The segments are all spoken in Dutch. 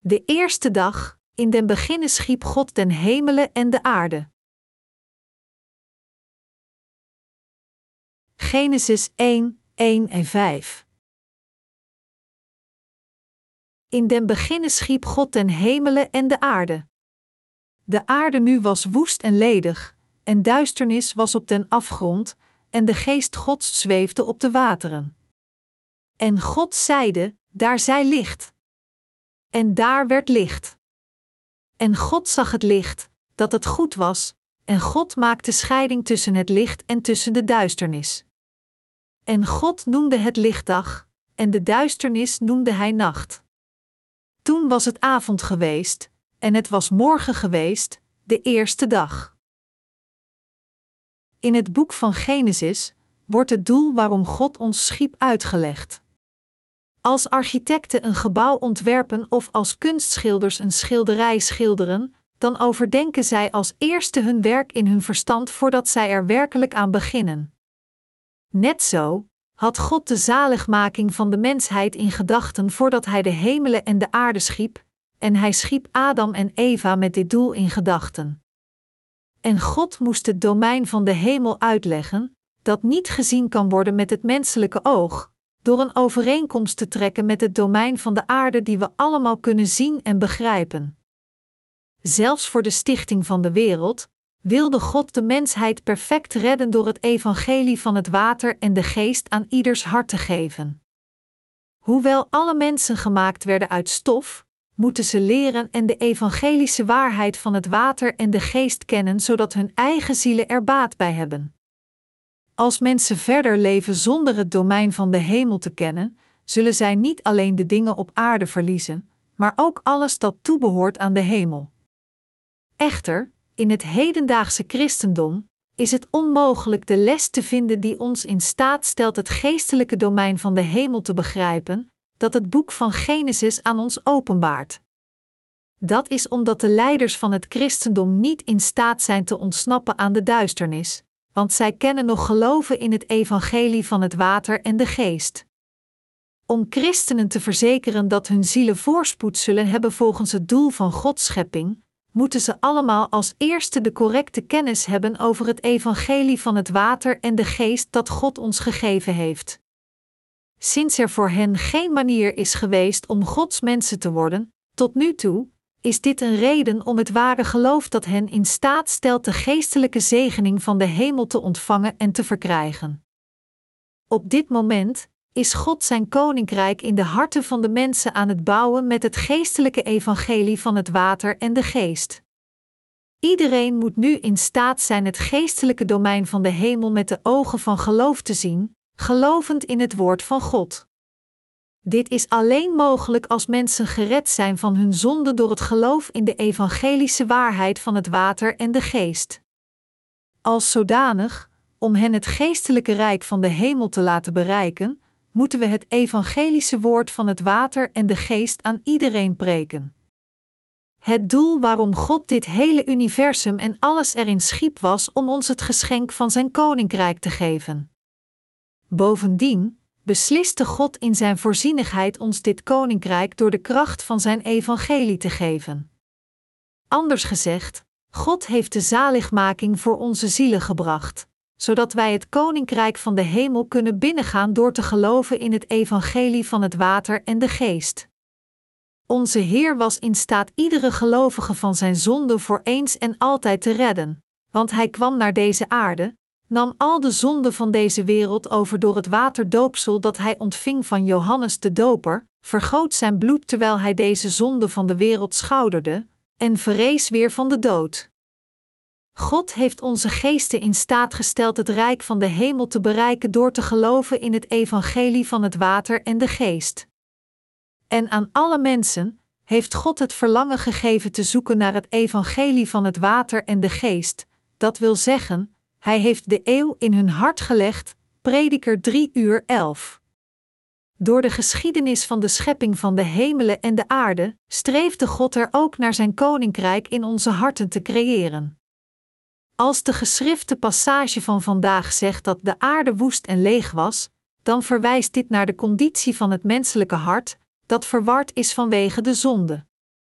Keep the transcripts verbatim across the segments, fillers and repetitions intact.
De eerste dag, in den beginne schiep God den hemelen en de aarde. Genesis één, één en vijf. In den beginne schiep God den hemelen en de aarde. De aarde nu was woest en ledig, en duisternis was op den afgrond, en de geest Gods zweefde op de wateren. En God zeide, daar zij licht. En daar werd licht. En God zag het licht, dat het goed was, en God maakte scheiding tussen het licht en tussen de duisternis. En God noemde het licht dag, en de duisternis noemde hij nacht. Toen was het avond geweest, en het was morgen geweest, de eerste dag. In het boek van Genesis wordt het doel waarom God ons schiep uitgelegd. Als architecten een gebouw ontwerpen of als kunstschilders een schilderij schilderen, dan overdenken zij als eerste hun werk in hun verstand voordat zij er werkelijk aan beginnen. Net zo had God de zaligmaking van de mensheid in gedachten voordat hij de hemelen en de aarde schiep, en hij schiep Adam en Eva met dit doel in gedachten. En God moest het domein van de hemel uitleggen, dat niet gezien kan worden met het menselijke oog, door een overeenkomst te trekken met het domein van de aarde die we allemaal kunnen zien en begrijpen. Zelfs voor de stichting van de wereld wilde God de mensheid perfect redden door het evangelie van het water en de geest aan ieders hart te geven. Hoewel alle mensen gemaakt werden uit stof, moeten ze leren en de evangelische waarheid van het water en de geest kennen, zodat hun eigen zielen er baat bij hebben. Als mensen verder leven zonder het domein van de hemel te kennen, zullen zij niet alleen de dingen op aarde verliezen, maar ook alles dat toebehoort aan de hemel. Echter, in het hedendaagse christendom is het onmogelijk de les te vinden die ons in staat stelt het geestelijke domein van de hemel te begrijpen, dat het boek van Genesis aan ons openbaart. Dat is omdat de leiders van het christendom niet in staat zijn te ontsnappen aan de duisternis, want zij kennen nog geloven in het evangelie van het water en de geest. Om christenen te verzekeren dat hun zielen voorspoed zullen hebben volgens het doel van Gods schepping, moeten ze allemaal als eerste de correcte kennis hebben over het evangelie van het water en de geest dat God ons gegeven heeft. Sinds er voor hen geen manier is geweest om Gods mensen te worden, tot nu toe, is dit een reden om het ware geloof dat hen in staat stelt de geestelijke zegening van de hemel te ontvangen en te verkrijgen. Op dit moment is God zijn koninkrijk in de harten van de mensen aan het bouwen met het geestelijke evangelie van het water en de geest. Iedereen moet nu in staat zijn het geestelijke domein van de hemel met de ogen van geloof te zien, gelovend in het woord van God. Dit is alleen mogelijk als mensen gered zijn van hun zonde door het geloof in de evangelische waarheid van het water en de geest. Als zodanig, om hen het geestelijke rijk van de hemel te laten bereiken, moeten we het evangelische woord van het water en de geest aan iedereen preken. Het doel waarom God dit hele universum en alles erin schiep was om ons het geschenk van zijn koninkrijk te geven. Bovendien besliste God in zijn voorzienigheid ons dit koninkrijk door de kracht van zijn evangelie te geven. Anders gezegd, God heeft de zaligmaking voor onze zielen gebracht, zodat wij het koninkrijk van de hemel kunnen binnengaan door te geloven in het evangelie van het water en de geest. Onze Heer was in staat iedere gelovige van zijn zonde voor eens en altijd te redden, want hij kwam naar deze aarde, nam al de zonden van deze wereld over door het waterdoopsel dat hij ontving van Johannes de Doper, vergoot zijn bloed terwijl hij deze zonde van de wereld schouderde, en verrees weer van de dood. God heeft onze geesten in staat gesteld het rijk van de hemel te bereiken door te geloven in het evangelie van het water en de geest. En aan alle mensen heeft God het verlangen gegeven te zoeken naar het evangelie van het water en de geest, dat wil zeggen, hij heeft de eeuw in hun hart gelegd, Prediker drie uur elf. Door de geschiedenis van de schepping van de hemelen en de aarde, streefde God er ook naar zijn koninkrijk in onze harten te creëren. Als de geschrifte passage van vandaag zegt dat de aarde woest en leeg was, dan verwijst dit naar de conditie van het menselijke hart, dat verward is vanwege de zonde.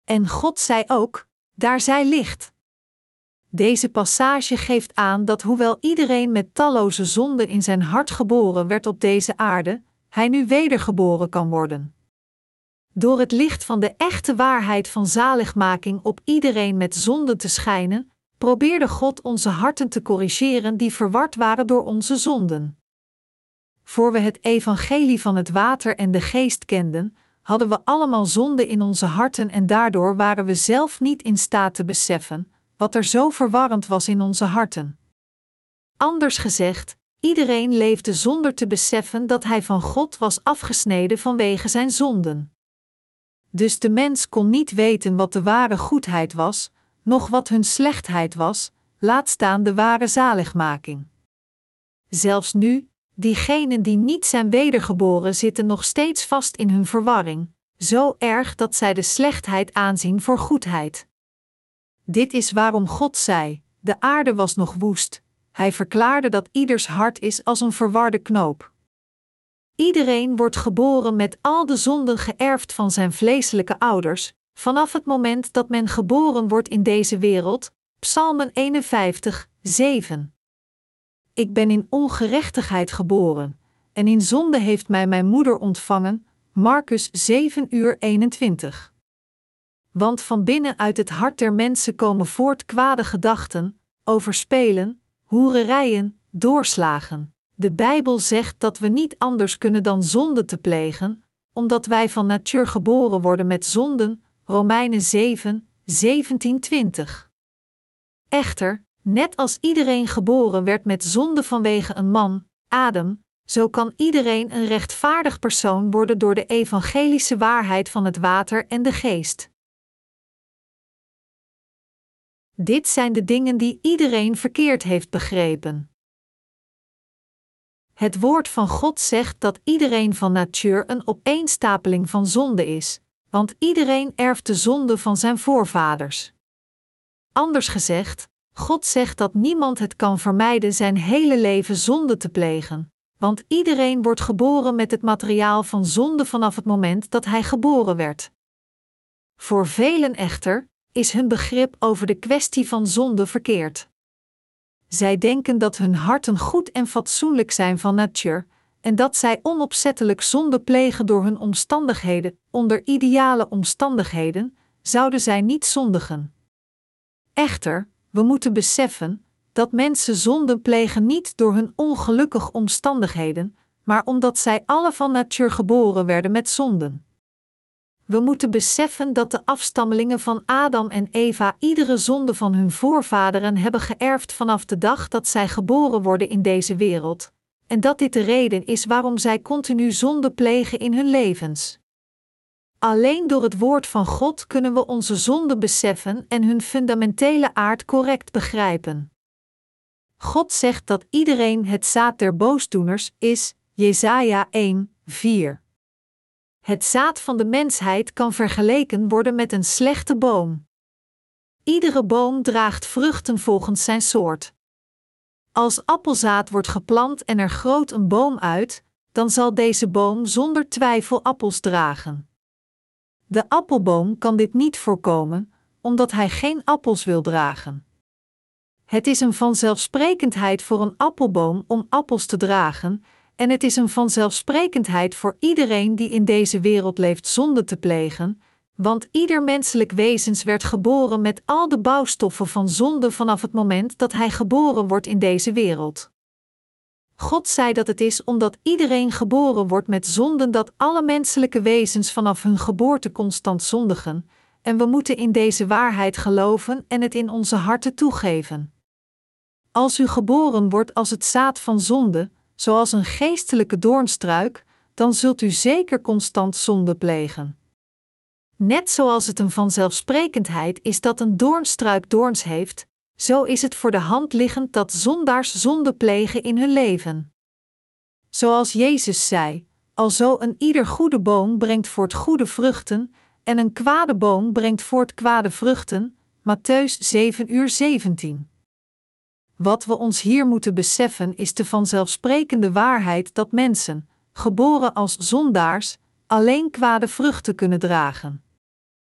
En God zei ook: daar zij licht. Deze passage geeft aan dat hoewel iedereen met talloze zonden in zijn hart geboren werd op deze aarde, hij nu wedergeboren kan worden. Door het licht van de echte waarheid van zaligmaking op iedereen met zonden te schijnen, probeerde God onze harten te corrigeren die verward waren door onze zonden. Voor we het evangelie van het water en de geest kenden, hadden we allemaal zonde in onze harten en daardoor waren we zelf niet in staat te beseffen wat er zo verwarrend was in onze harten. Anders gezegd, iedereen leefde zonder te beseffen dat hij van God was afgesneden vanwege zijn zonden. Dus de mens kon niet weten wat de ware goedheid was, noch wat hun slechtheid was, laat staan de ware zaligmaking. Zelfs nu, diegenen die niet zijn wedergeboren zitten nog steeds vast in hun verwarring, zo erg dat zij de slechtheid aanzien voor goedheid. Dit is waarom God zei: de aarde was nog woest. Hij verklaarde dat ieders hart is als een verwarde knoop. Iedereen wordt geboren met al de zonden geërfd van zijn vleeselijke ouders, vanaf het moment dat men geboren wordt in deze wereld. Psalmen eenenvijftig, zeven. Ik ben in ongerechtigheid geboren, en in zonde heeft mij mijn moeder ontvangen. Markus zeven uur eenentwintig. Want van binnen uit het hart der mensen komen voort kwade gedachten, overspelen, hoererijen, doorslagen. De Bijbel zegt dat we niet anders kunnen dan zonde te plegen, omdat wij van natuur geboren worden met zonden. Romeinen zeven, zeventien twintig. Echter, net als iedereen geboren werd met zonde vanwege een man, Adam, zo kan iedereen een rechtvaardig persoon worden door de evangelische waarheid van het water en de geest. Dit zijn de dingen die iedereen verkeerd heeft begrepen. Het woord van God zegt dat iedereen van natuur een opeenstapeling van zonde is, want iedereen erft de zonde van zijn voorvaders. Anders gezegd, God zegt dat niemand het kan vermijden zijn hele leven zonde te plegen, want iedereen wordt geboren met het materiaal van zonde vanaf het moment dat hij geboren werd. Voor velen echter is hun begrip over de kwestie van zonde verkeerd. Zij denken dat hun harten goed en fatsoenlijk zijn van natuur, en dat zij onopzettelijk zonde plegen door hun omstandigheden. Onder ideale omstandigheden zouden zij niet zondigen. Echter, we moeten beseffen dat mensen zonde plegen niet door hun ongelukkige omstandigheden, maar omdat zij alle van natuur geboren werden met zonden. We moeten beseffen dat de afstammelingen van Adam en Eva iedere zonde van hun voorvaderen hebben geërfd vanaf de dag dat zij geboren worden in deze wereld, en dat dit de reden is waarom zij continu zonde plegen in hun levens. Alleen door het woord van God kunnen we onze zonden beseffen en hun fundamentele aard correct begrijpen. God zegt dat iedereen het zaad der boosdoeners is, Jesaja één, vier. Het zaad van de mensheid kan vergeleken worden met een slechte boom. Iedere boom draagt vruchten volgens zijn soort. Als appelzaad wordt geplant en er groot een boom uit, dan zal deze boom zonder twijfel appels dragen. De appelboom kan dit niet voorkomen, omdat hij geen appels wil dragen. Het is een vanzelfsprekendheid voor een appelboom om appels te dragen, en het is een vanzelfsprekendheid voor iedereen die in deze wereld leeft zonde te plegen, want ieder menselijk wezens werd geboren met al de bouwstoffen van zonde vanaf het moment dat hij geboren wordt in deze wereld. God zei dat het is omdat iedereen geboren wordt met zonden dat alle menselijke wezens vanaf hun geboorte constant zondigen, en we moeten in deze waarheid geloven en het in onze harten toegeven. Als u geboren wordt als het zaad van zonde, zoals een geestelijke doornstruik, dan zult u zeker constant zonde plegen. Net zoals het een vanzelfsprekendheid is dat een doornstruik doorns heeft, zo is het voor de hand liggend dat zondaars zonde plegen in hun leven. Zoals Jezus zei, alzo een ieder goede boom brengt voort goede vruchten, en een kwade boom brengt voort kwade vruchten, Mattheüs zeven uur zeventien. Wat we ons hier moeten beseffen is de vanzelfsprekende waarheid dat mensen, geboren als zondaars, alleen kwade vruchten kunnen dragen.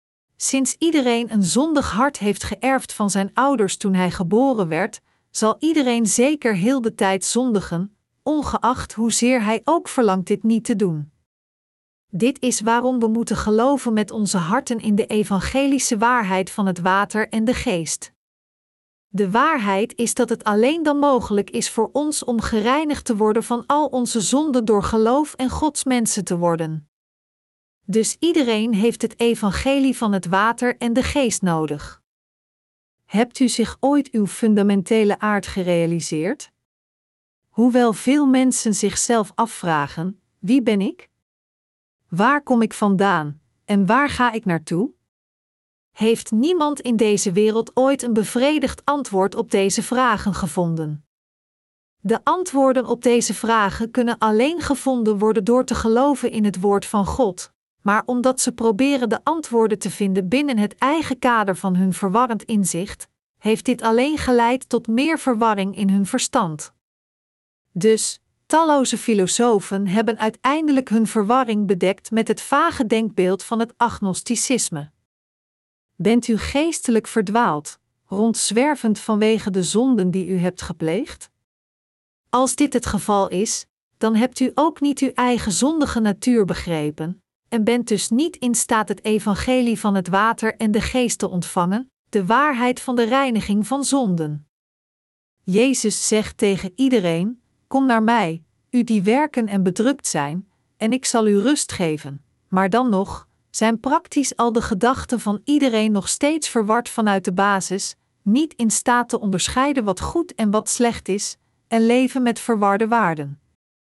Sinds iedereen een zondig hart heeft geërfd van zijn ouders toen hij geboren werd, zal iedereen zeker heel de tijd zondigen, ongeacht hoezeer hij ook verlangt dit niet te doen. Dit is waarom we moeten geloven met onze harten in de evangelische waarheid van het water en de geest. De waarheid is dat het alleen dan mogelijk is voor ons om gereinigd te worden van al onze zonden door geloof en Gods mensen te worden. Dus iedereen heeft het evangelie van het water en de geest nodig. Hebt u zich ooit uw fundamentele aard gerealiseerd? Hoewel veel mensen zichzelf afvragen: wie ben ik? Waar kom ik vandaan en waar ga ik naartoe? Heeft niemand in deze wereld ooit een bevredigd antwoord op deze vragen gevonden? De antwoorden op deze vragen kunnen alleen gevonden worden door te geloven in het woord van God, maar omdat ze proberen de antwoorden te vinden binnen het eigen kader van hun verwarrend inzicht, heeft dit alleen geleid tot meer verwarring in hun verstand. Dus, talloze filosofen hebben uiteindelijk hun verwarring bedekt met het vage denkbeeld van het agnosticisme. Bent u geestelijk verdwaald, rondzwervend vanwege de zonden die u hebt gepleegd? Als dit het geval is, dan hebt u ook niet uw eigen zondige natuur begrepen, en bent dus niet in staat het evangelie van het water en de geest te ontvangen, de waarheid van de reiniging van zonden. Jezus zegt tegen iedereen: kom naar mij, u die werken en bedrukt zijn, en ik zal u rust geven. Maar dan nog, zijn praktisch al de gedachten van iedereen nog steeds verward vanuit de basis, niet in staat te onderscheiden wat goed en wat slecht is, en leven met verwarde waarden.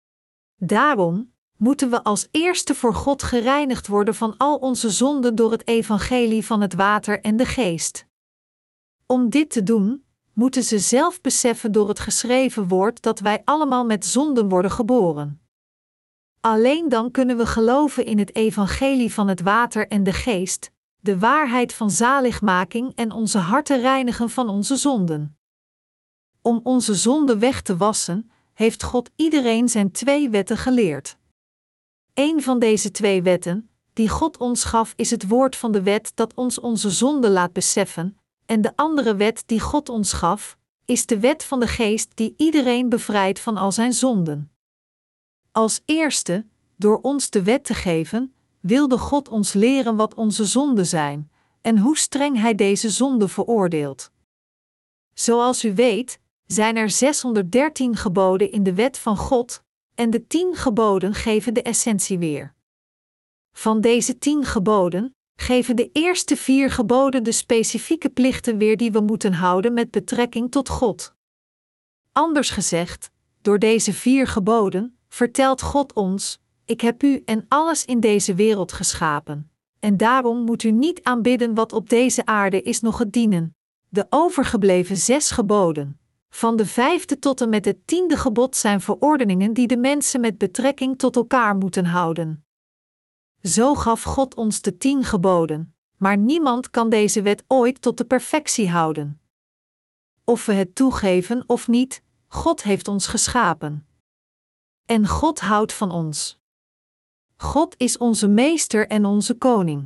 Daarom moeten we als eerste voor God gereinigd worden van al onze zonden door het evangelie van het water en de geest. Om dit te doen, moeten ze zelf beseffen door het geschreven woord dat wij allemaal met zonden worden geboren. Alleen dan kunnen we geloven in het evangelie van het water en de geest, de waarheid van zaligmaking en onze harten reinigen van onze zonden. Om onze zonden weg te wassen, heeft God iedereen zijn twee wetten geleerd. Eén van deze twee wetten, die God ons gaf, is het woord van de wet dat ons onze zonden laat beseffen, en de andere wet die God ons gaf, is de wet van de geest die iedereen bevrijdt van al zijn zonden. Als eerste, door ons de wet te geven, wilde God ons leren wat onze zonden zijn, en hoe streng Hij deze zonden veroordeelt. Zoals u weet, zijn er zeshonderddertien geboden in de wet van God, en de tien geboden geven de essentie weer. Van deze tien geboden geven de eerste vier geboden de specifieke plichten weer die we moeten houden met betrekking tot God. Anders gezegd, door deze vier geboden vertelt God ons: ik heb u en alles in deze wereld geschapen, en daarom moet u niet aanbidden wat op deze aarde is noch het dienen. De overgebleven zes geboden, van de vijfde tot en met het tiende gebod, zijn verordeningen die de mensen met betrekking tot elkaar moeten houden. Zo gaf God ons de tien geboden, maar niemand kan deze wet ooit tot de perfectie houden. Of we het toegeven of niet, God heeft ons geschapen. En God houdt van ons. God is onze meester en onze koning.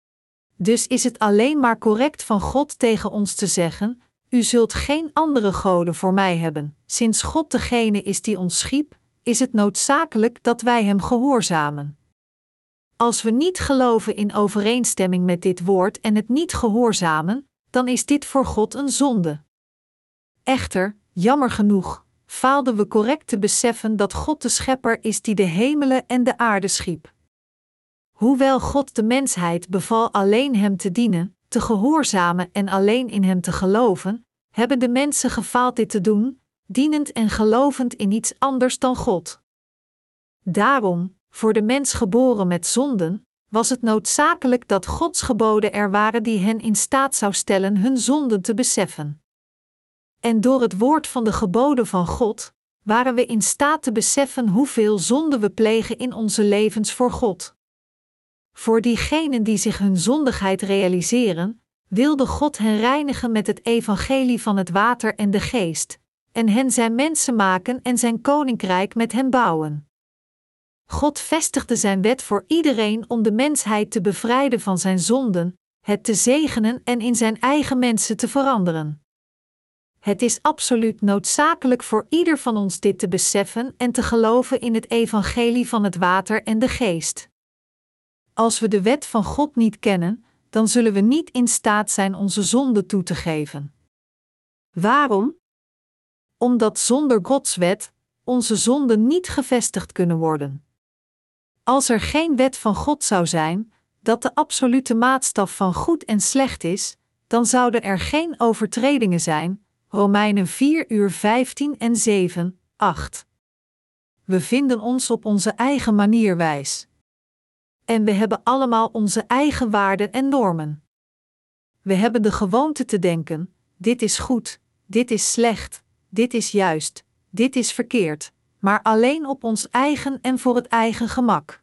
Dus is het alleen maar correct van God tegen ons te zeggen: u zult geen andere goden voor mij hebben. Sinds God degene is die ons schiep, is het noodzakelijk dat wij hem gehoorzamen. Als we niet geloven in overeenstemming met dit woord en het niet gehoorzamen, dan is dit voor God een zonde. Echter, jammer genoeg, faalden we correct te beseffen dat God de schepper is die de hemelen en de aarde schiep. Hoewel God de mensheid beval alleen hem te dienen, te gehoorzamen en alleen in hem te geloven, hebben de mensen gefaald dit te doen, dienend en gelovend in iets anders dan God. Daarom, voor de mens geboren met zonden, was het noodzakelijk dat Gods geboden er waren die hen in staat zou stellen hun zonden te beseffen. En door het woord van de geboden van God, waren we in staat te beseffen hoeveel zonde we plegen in onze levens voor God. Voor diegenen die zich hun zondigheid realiseren, wilde God hen reinigen met het evangelie van het water en de geest, en hen zijn mensen maken en zijn koninkrijk met hen bouwen. God vestigde zijn wet voor iedereen om de mensheid te bevrijden van zijn zonden, het te zegenen en in zijn eigen mensen te veranderen. Het is absoluut noodzakelijk voor ieder van ons dit te beseffen en te geloven in het evangelie van het water en de geest. Als we de wet van God niet kennen, dan zullen we niet in staat zijn onze zonde toe te geven. Waarom? Omdat zonder Gods wet onze zonden niet gevestigd kunnen worden. Als er geen wet van God zou zijn, dat de absolute maatstaf van goed en slecht is, dan zouden er geen overtredingen zijn. Romeinen vier uur vijftien en zeven, acht. We vinden ons op onze eigen manier wijs. En we hebben allemaal onze eigen waarden en normen. We hebben de gewoonte te denken: dit is goed, dit is slecht, dit is juist, dit is verkeerd, maar alleen op ons eigen en voor het eigen gemak.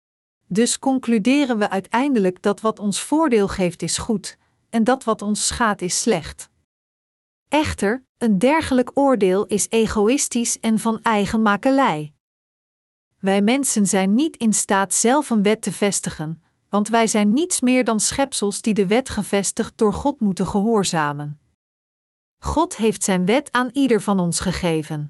Dus concluderen we uiteindelijk dat wat ons voordeel geeft is goed, en dat wat ons schaadt is slecht. Echter, een dergelijk oordeel is egoïstisch en van eigenmakelij. Wij mensen zijn niet in staat zelf een wet te vestigen, want wij zijn niets meer dan schepsels die de wet gevestigd door God moeten gehoorzamen. God heeft zijn wet aan ieder van ons gegeven.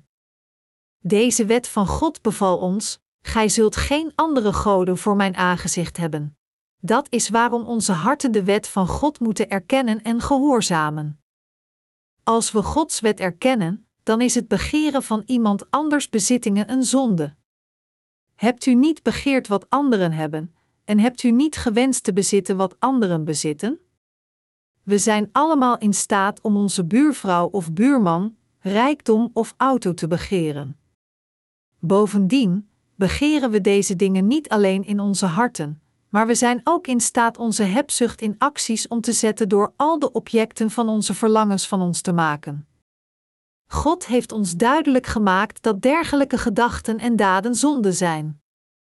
Deze wet van God beval ons: gij zult geen andere goden voor mijn aangezicht hebben. Dat is waarom onze harten de wet van God moeten erkennen en gehoorzamen. Als we Gods wet erkennen, dan is het begeren van iemand anders bezittingen een zonde. Hebt u niet begeerd wat anderen hebben, en hebt u niet gewenst te bezitten wat anderen bezitten? We zijn allemaal in staat om onze buurvrouw of buurman, rijkdom of auto te begeren. Bovendien begeren we deze dingen niet alleen in onze harten, maar we zijn ook in staat onze hebzucht in acties om te zetten door al de objecten van onze verlangens van ons te maken. God heeft ons duidelijk gemaakt dat dergelijke gedachten en daden zonde zijn.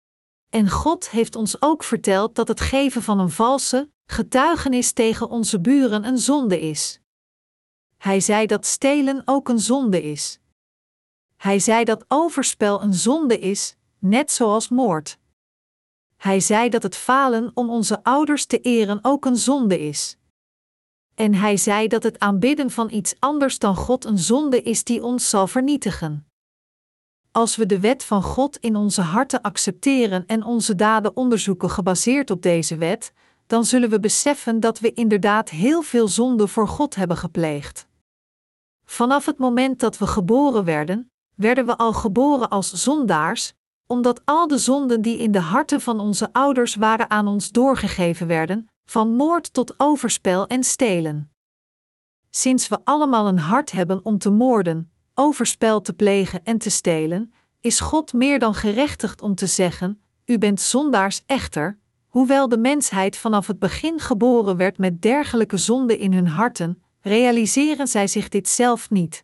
En God heeft ons ook verteld dat het geven van een valse getuigenis tegen onze buren een zonde is. Hij zei dat stelen ook een zonde is. Hij zei dat overspel een zonde is, net zoals moord. Hij zei dat het falen om onze ouders te eren ook een zonde is. En hij zei dat het aanbidden van iets anders dan God een zonde is die ons zal vernietigen. Als we de wet van God in onze harten accepteren en onze daden onderzoeken gebaseerd op deze wet, dan zullen we beseffen dat we inderdaad heel veel zonde voor God hebben gepleegd. Vanaf het moment dat we geboren werden, werden we al geboren als zondaars, omdat al de zonden die in de harten van onze ouders waren aan ons doorgegeven werden, van moord tot overspel en stelen. Sinds we allemaal een hart hebben om te moorden, overspel te plegen en te stelen, is God meer dan gerechtigd om te zeggen: u bent zondaars. Echter, hoewel de mensheid vanaf het begin geboren werd met dergelijke zonden in hun harten, realiseren zij zich dit zelf niet.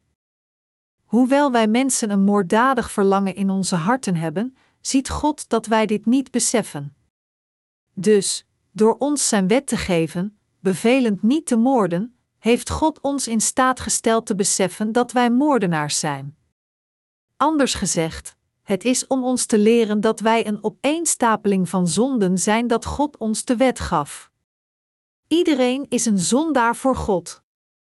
Hoewel wij mensen een moorddadig verlangen in onze harten hebben, ziet God dat wij dit niet beseffen. Dus, door ons zijn wet te geven, bevelend niet te moorden, heeft God ons in staat gesteld te beseffen dat wij moordenaars zijn. Anders gezegd, het is om ons te leren dat wij een opeenstapeling van zonden zijn dat God ons de wet gaf. Iedereen is een zondaar voor God.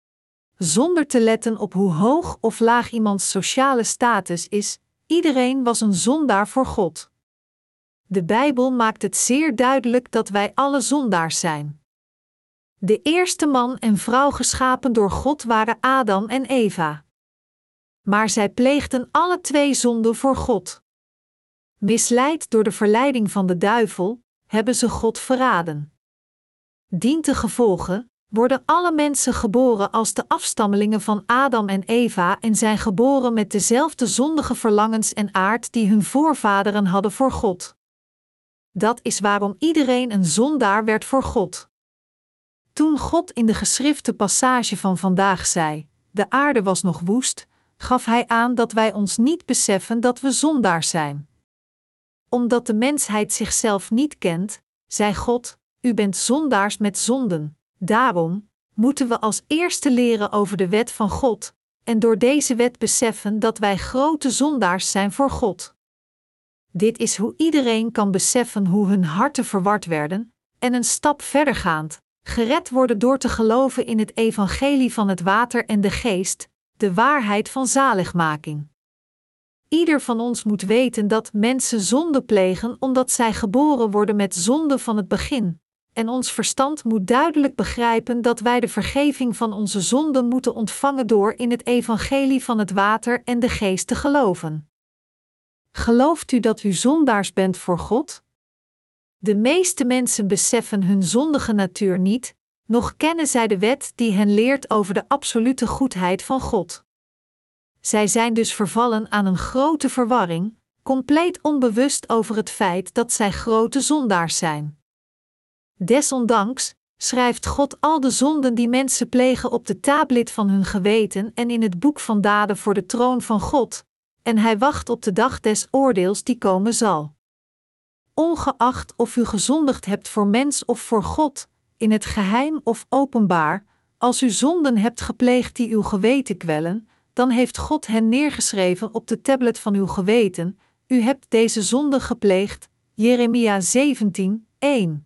Zonder te letten op hoe hoog of laag iemands sociale status is, iedereen was een zondaar voor God. De Bijbel maakt het zeer duidelijk dat wij alle zondaars zijn. De eerste man en vrouw geschapen door God waren Adam en Eva. Maar zij pleegden alle twee zonden voor God. Misleid door de verleiding van de duivel, hebben ze God verraden. Dientengevolge worden alle mensen geboren als de afstammelingen van Adam en Eva en zijn geboren met dezelfde zondige verlangens en aard die hun voorvaderen hadden voor God. Dat is waarom iedereen een zondaar werd voor God. Toen God in de geschrifte passage van vandaag zei: de aarde was nog woest, gaf hij aan dat wij ons niet beseffen dat we zondaars zijn. Omdat de mensheid zichzelf niet kent, zei God: u bent zondaars met zonden. Daarom moeten we als eerste leren over de wet van God, en door deze wet beseffen dat wij grote zondaars zijn voor God. Dit is hoe iedereen kan beseffen hoe hun harten verward werden, en een stap verdergaand, Gered worden door te geloven in het evangelie van het water en de geest, de waarheid van zaligmaking. Ieder van ons moet weten dat mensen zonde plegen omdat zij geboren worden met zonde van het begin, en ons verstand moet duidelijk begrijpen dat wij de vergeving van onze zonden moeten ontvangen door in het evangelie van het water en de geest te geloven. Gelooft u dat u zondaars bent voor God? De meeste mensen beseffen hun zondige natuur niet, noch kennen zij de wet die hen leert over de absolute goedheid van God. Zij zijn dus vervallen aan een grote verwarring, compleet onbewust over het feit dat zij grote zondaars zijn. Desondanks schrijft God al de zonden die mensen plegen op de tablet van hun geweten en in het boek van daden voor de troon van God, en Hij wacht op de dag des oordeels die komen zal. Ongeacht of u gezondigd hebt voor mens of voor God, in het geheim of openbaar, als u zonden hebt gepleegd die uw geweten kwellen, dan heeft God hen neergeschreven op de tablet van uw geweten, u hebt deze zonde gepleegd, Jeremia zeventien, één.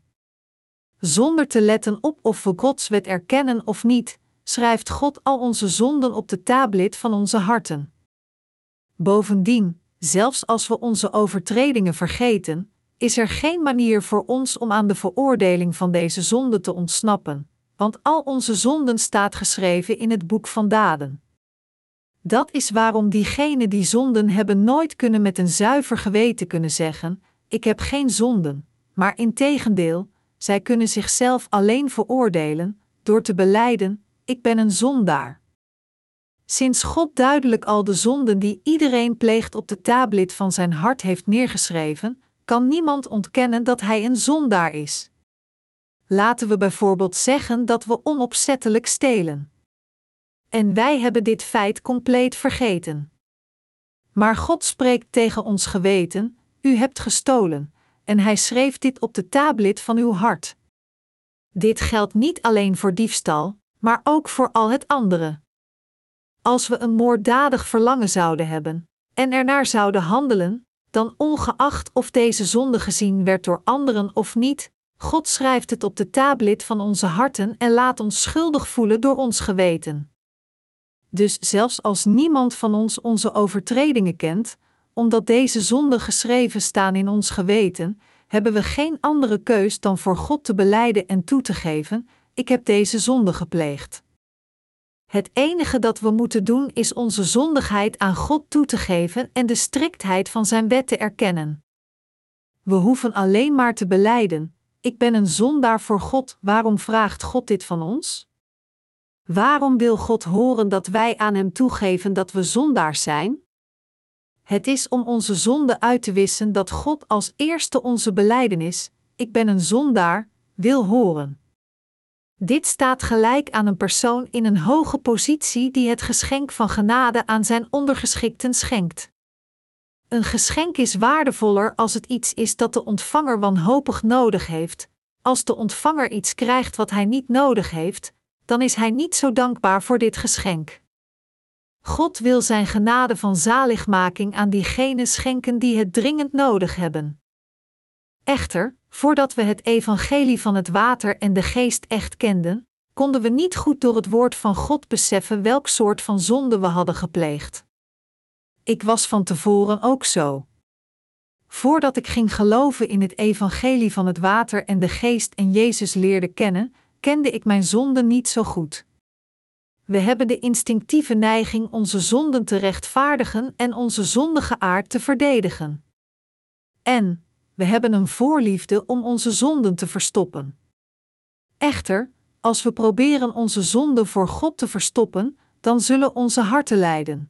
Zonder te letten op of we Gods wet erkennen of niet, schrijft God al onze zonden op de tablet van onze harten. Bovendien, zelfs als we onze overtredingen vergeten, is er geen manier voor ons om aan de veroordeling van deze zonde te ontsnappen, want al onze zonden staat geschreven in het boek van daden. Dat is waarom diegenen die zonden hebben nooit kunnen met een zuiver geweten kunnen zeggen, ik heb geen zonden, maar integendeel, zij kunnen zichzelf alleen veroordelen, door te belijden, ik ben een zondaar. Sinds God duidelijk al de zonden die iedereen pleegt op de tablet van zijn hart heeft neergeschreven, kan niemand ontkennen dat hij een zondaar is. Laten we bijvoorbeeld zeggen dat we onopzettelijk stelen. En wij hebben dit feit compleet vergeten. Maar God spreekt tegen ons geweten, u hebt gestolen, en Hij schreef dit op de tablet van uw hart. Dit geldt niet alleen voor diefstal, maar ook voor al het andere. Als we een moorddadig verlangen zouden hebben, en ernaar zouden handelen, dan ongeacht of deze zonde gezien werd door anderen of niet, God schrijft het op de tablet van onze harten en laat ons schuldig voelen door ons geweten. Dus zelfs als niemand van ons onze overtredingen kent, omdat deze zonden geschreven staan in ons geweten, hebben we geen andere keus dan voor God te belijden en toe te geven, ik heb deze zonde gepleegd. Het enige dat we moeten doen is onze zondigheid aan God toe te geven en de striktheid van zijn wet te erkennen. We hoeven alleen maar te belijden, ik ben een zondaar voor God, waarom vraagt God dit van ons? Waarom wil God horen dat wij aan Hem toegeven dat we zondaars zijn? Het is om onze zonde uit te wissen dat God als eerste onze belijdenis, ik ben een zondaar, wil horen. Dit staat gelijk aan een persoon in een hoge positie die het geschenk van genade aan zijn ondergeschikten schenkt. Een geschenk is waardevoller als het iets is dat de ontvanger wanhopig nodig heeft. Als de ontvanger iets krijgt wat hij niet nodig heeft, dan is hij niet zo dankbaar voor dit geschenk. God wil zijn genade van zaligmaking aan diegenen schenken die het dringend nodig hebben. Echter, voordat we het evangelie van het water en de geest echt kenden, konden we niet goed door het woord van God beseffen welk soort van zonde we hadden gepleegd. Ik was van tevoren ook zo. Voordat ik ging geloven in het evangelie van het water en de geest en Jezus leerde kennen, kende ik mijn zonden niet zo goed. We hebben de instinctieve neiging onze zonden te rechtvaardigen en onze zondige aard te verdedigen. En we hebben een voorliefde om onze zonden te verstoppen. Echter, als we proberen onze zonden voor God te verstoppen, dan zullen onze harten lijden.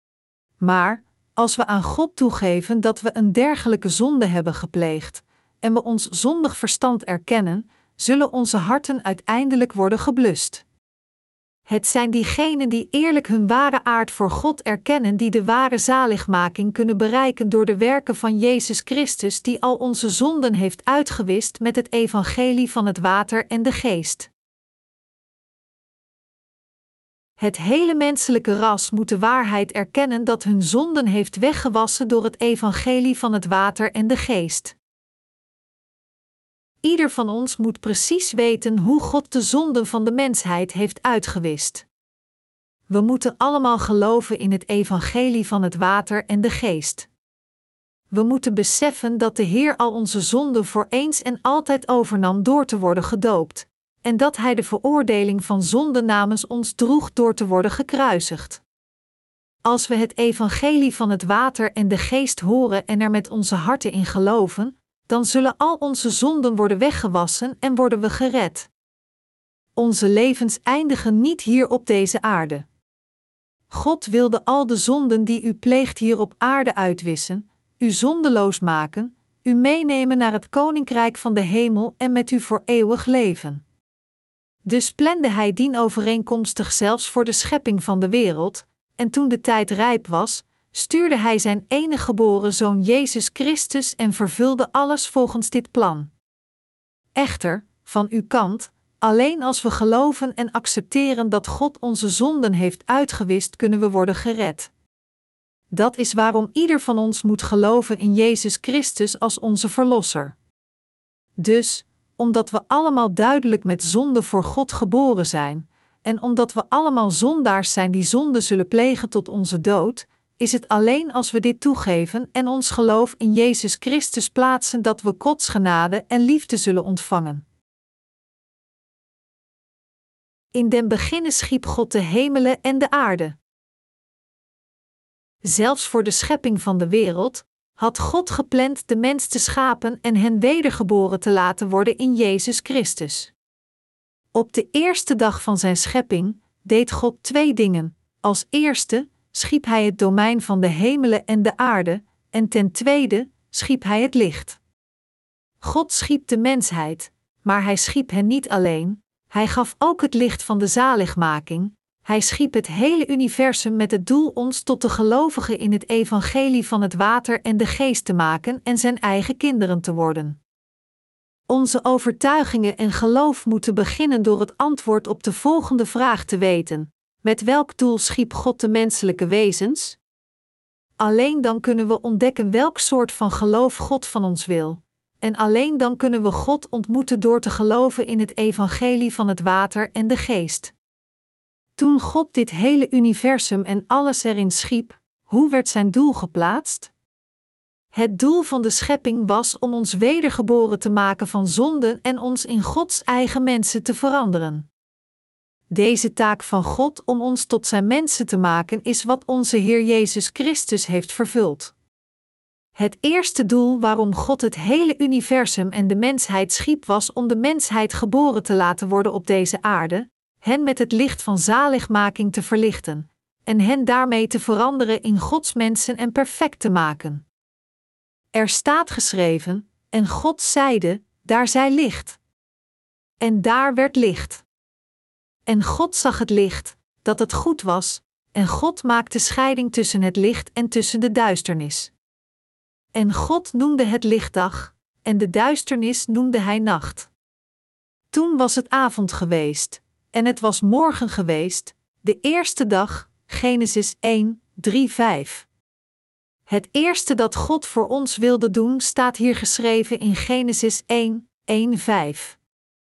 Maar, als we aan God toegeven dat we een dergelijke zonde hebben gepleegd, en we ons zondig verstand erkennen, zullen onze harten uiteindelijk worden geblust. Het zijn diegenen die eerlijk hun ware aard voor God erkennen die de ware zaligmaking kunnen bereiken door de werken van Jezus Christus die al onze zonden heeft uitgewist met het evangelie van het water en de geest. Het hele menselijke ras moet de waarheid erkennen dat hun zonden heeft weggewassen door het evangelie van het water en de geest. Ieder van ons moet precies weten hoe God de zonden van de mensheid heeft uitgewist. We moeten allemaal geloven in het evangelie van het water en de geest. We moeten beseffen dat de Heer al onze zonden voor eens en altijd overnam door te worden gedoopt, en dat Hij de veroordeling van zonde namens ons droeg door te worden gekruisigd. Als we het evangelie van het water en de geest horen en er met onze harten in geloven, dan zullen al onze zonden worden weggewassen en worden we gered. Onze levens eindigen niet hier op deze aarde. God wilde al de zonden die u pleegt hier op aarde uitwissen, u zondeloos maken, u meenemen naar het koninkrijk van de hemel en met u voor eeuwig leven. Dus plande Hij dienovereenkomstig zelfs voor de schepping van de wereld, en toen de tijd rijp was, stuurde Hij zijn enige geboren Zoon Jezus Christus en vervulde alles volgens dit plan. Echter, van uw kant, alleen als we geloven en accepteren dat God onze zonden heeft uitgewist, kunnen we worden gered. Dat is waarom ieder van ons moet geloven in Jezus Christus als onze Verlosser. Dus, omdat we allemaal duidelijk met zonde voor God geboren zijn, en omdat we allemaal zondaars zijn die zonde zullen plegen tot onze dood, is het alleen als we dit toegeven en ons geloof in Jezus Christus plaatsen dat we Gods genade en liefde zullen ontvangen. In den beginne schiep God de hemelen en de aarde. Zelfs voor de schepping van de wereld had God gepland de mens te schapen en hen wedergeboren te laten worden in Jezus Christus. Op de eerste dag van zijn schepping deed God twee dingen. Als eerste schiep Hij het domein van de hemelen en de aarde, en ten tweede schiep Hij het licht. God schiep de mensheid, maar Hij schiep hen niet alleen, Hij gaf ook het licht van de zaligmaking. Hij schiep het hele universum met het doel ons tot de gelovigen in het evangelie van het water en de geest te maken en zijn eigen kinderen te worden. Onze overtuigingen en geloof moeten beginnen door het antwoord op de volgende vraag te weten: met welk doel schiep God de menselijke wezens? Alleen dan kunnen we ontdekken welk soort van geloof God van ons wil. En alleen dan kunnen we God ontmoeten door te geloven in het evangelie van het water en de geest. Toen God dit hele universum en alles erin schiep, hoe werd zijn doel geplaatst? Het doel van de schepping was om ons wedergeboren te maken van zonden en ons in Gods eigen mensen te veranderen. Deze taak van God om ons tot zijn mensen te maken is wat onze Heer Jezus Christus heeft vervuld. Het eerste doel waarom God het hele universum en de mensheid schiep was om de mensheid geboren te laten worden op deze aarde, hen met het licht van zaligmaking te verlichten, en hen daarmee te veranderen in Gods mensen en perfect te maken. Er staat geschreven, en God zeide, daar zij licht. En daar werd licht. En God zag het licht, dat het goed was, en God maakte scheiding tussen het licht en tussen de duisternis. En God noemde het licht dag, en de duisternis noemde hij nacht. Toen was het avond geweest, en het was morgen geweest, de eerste dag, Genesis één, drie, vijf. Het eerste dat God voor ons wilde doen staat hier geschreven in Genesis één, één, vijf.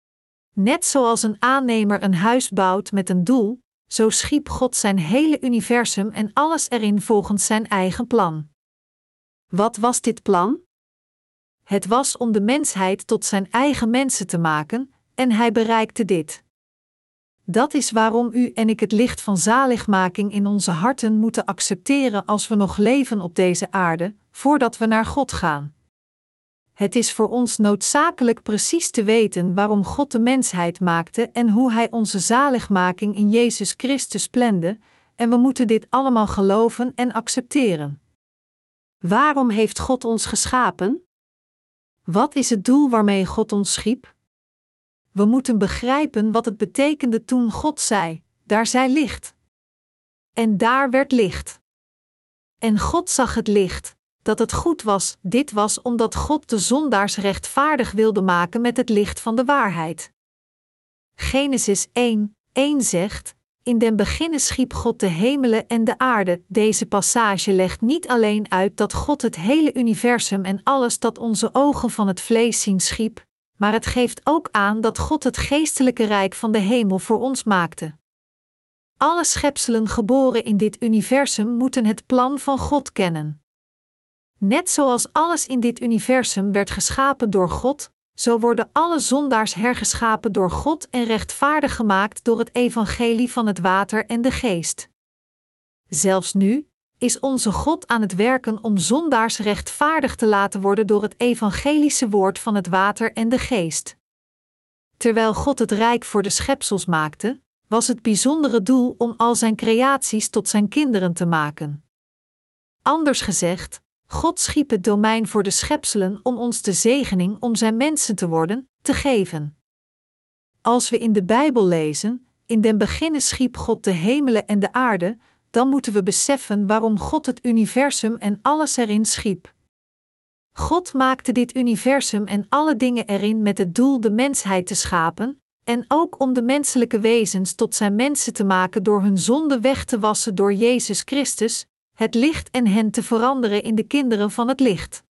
Net zoals een aannemer een huis bouwt met een doel, zo schiep God zijn hele universum en alles erin volgens zijn eigen plan. Wat was dit plan? Het was om de mensheid tot zijn eigen mensen te maken, en hij bereikte dit. Dat is waarom u en ik het licht van zaligmaking in onze harten moeten accepteren als we nog leven op deze aarde, voordat we naar God gaan. Het is voor ons noodzakelijk precies te weten waarom God de mensheid maakte en hoe Hij onze zaligmaking in Jezus Christus plande, en we moeten dit allemaal geloven en accepteren. Waarom heeft God ons geschapen? Wat is het doel waarmee God ons schiep? We moeten begrijpen wat het betekende toen God zei, daar zij licht. En daar werd licht. En God zag het licht, dat het goed was. Dit was omdat God de zondaars rechtvaardig wilde maken met het licht van de waarheid. Genesis één, één zegt, in den beginne schiep God de hemelen en de aarde. Deze passage legt niet alleen uit dat God het hele universum en alles dat onze ogen van het vlees zien schiep, maar het geeft ook aan dat God het geestelijke rijk van de hemel voor ons maakte. Alle schepselen geboren in dit universum moeten het plan van God kennen. Net zoals alles in dit universum werd geschapen door God, zo worden alle zondaars hergeschapen door God en rechtvaardig gemaakt door het evangelie van het water en de geest. Zelfs nu is onze God aan het werken om zondaars rechtvaardig te laten worden door het evangelische woord van het water en de geest. Terwijl God het rijk voor de schepsels maakte, was het bijzondere doel om al zijn creaties tot zijn kinderen te maken. Anders gezegd, God schiep het domein voor de schepselen om ons de zegening om zijn mensen te worden, te geven. Als we in de Bijbel lezen, in den beginne schiep God de hemelen en de aarde, dan moeten we beseffen waarom God het universum en alles erin schiep. God maakte dit universum en alle dingen erin met het doel de mensheid te schapen, en ook om de menselijke wezens tot zijn mensen te maken door hun zonde weg te wassen door Jezus Christus, het licht en hen te veranderen in de kinderen van het licht.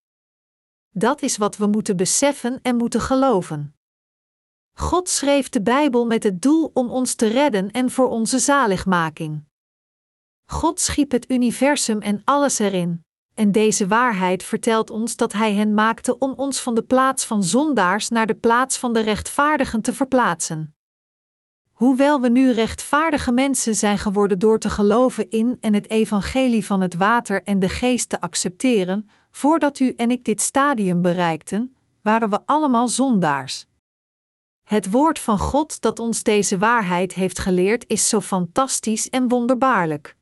Dat is wat we moeten beseffen en moeten geloven. God schreef de Bijbel met het doel om ons te redden en voor onze zaligmaking. God schiep het universum en alles erin, en deze waarheid vertelt ons dat Hij hen maakte om ons van de plaats van zondaars naar de plaats van de rechtvaardigen te verplaatsen. Hoewel we nu rechtvaardige mensen zijn geworden door te geloven in en het evangelie van het water en de geest te accepteren, voordat u en ik dit stadium bereikten, waren we allemaal zondaars. Het woord van God dat ons deze waarheid heeft geleerd is zo fantastisch en wonderbaarlijk.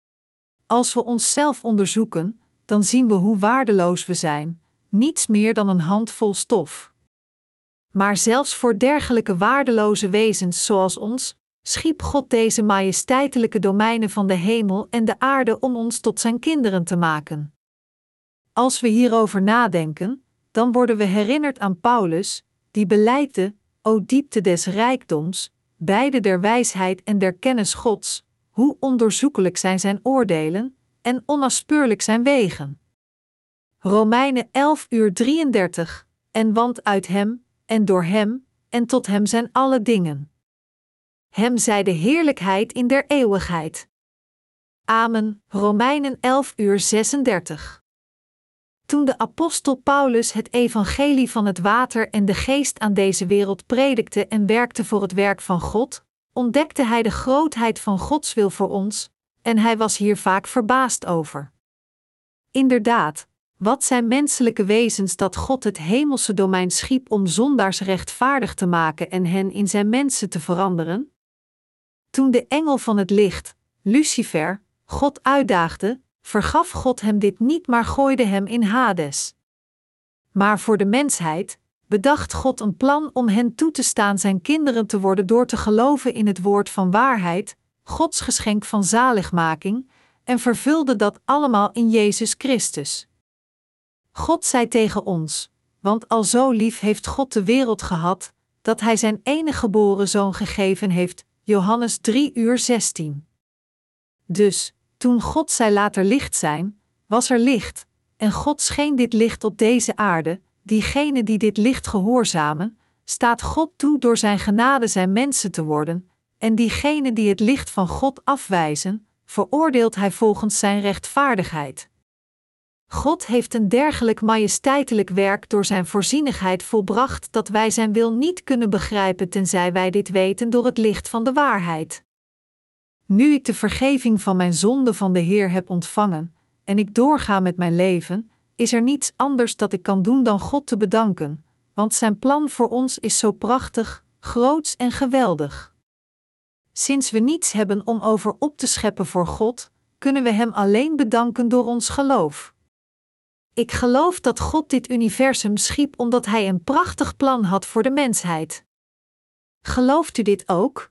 Als we onszelf onderzoeken, dan zien we hoe waardeloos we zijn, niets meer dan een handvol stof. Maar zelfs voor dergelijke waardeloze wezens zoals ons, schiep God deze majesteitelijke domeinen van de hemel en de aarde om ons tot zijn kinderen te maken. Als we hierover nadenken, dan worden we herinnerd aan Paulus, die belijdt: O diepte des rijkdoms, beide der wijsheid en der kennis Gods, hoe onderzoekelijk zijn zijn oordelen, en onnaspeurlijk zijn wegen. Romeinen elf uur drieëndertig, en want uit hem, en door hem, en tot hem zijn alle dingen. Hem zij de heerlijkheid in der eeuwigheid. Amen, Romeinen elf uur zesendertig. Toen de apostel Paulus het evangelie van het water en de geest aan deze wereld predikte en werkte voor het werk van God, ontdekte hij de grootheid van Gods wil voor ons, en hij was hier vaak verbaasd over. Inderdaad, wat zijn menselijke wezens dat God het hemelse domein schiep om zondaars rechtvaardig te maken en hen in zijn mensen te veranderen? Toen de engel van het licht, Lucifer, God uitdaagde, vergaf God hem dit niet, maar gooide hem in Hades. Maar voor de mensheid bedacht God een plan om hen toe te staan zijn kinderen te worden door te geloven in het woord van waarheid, Gods geschenk van zaligmaking, en vervulde dat allemaal in Jezus Christus. God zei tegen ons, want al zo lief heeft God de wereld gehad, dat hij zijn enige geboren zoon gegeven heeft, Johannes drie uur zestien. Dus, toen God zei laat er licht zijn, was er licht, en God scheen dit licht op deze aarde. Diegenen die dit licht gehoorzamen, staat God toe door zijn genade zijn mensen te worden, en diegenen die het licht van God afwijzen, veroordeelt hij volgens zijn rechtvaardigheid. God heeft een dergelijk majesteitelijk werk door zijn voorzienigheid volbracht dat wij zijn wil niet kunnen begrijpen tenzij wij dit weten door het licht van de waarheid. Nu ik de vergeving van mijn zonde van de Heer heb ontvangen, en ik doorga met mijn leven, is er niets anders dat ik kan doen dan God te bedanken, want zijn plan voor ons is zo prachtig, groots en geweldig. Sinds we niets hebben om over op te scheppen voor God, kunnen we hem alleen bedanken door ons geloof. Ik geloof dat God dit universum schiep omdat hij een prachtig plan had voor de mensheid. Gelooft u dit ook?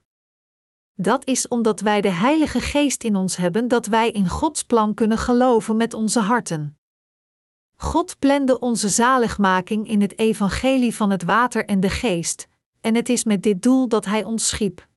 Dat is omdat wij de Heilige Geest in ons hebben dat wij in Gods plan kunnen geloven met onze harten. God plande onze zaligmaking in het evangelie van het water en de geest, en het is met dit doel dat hij ons schiep.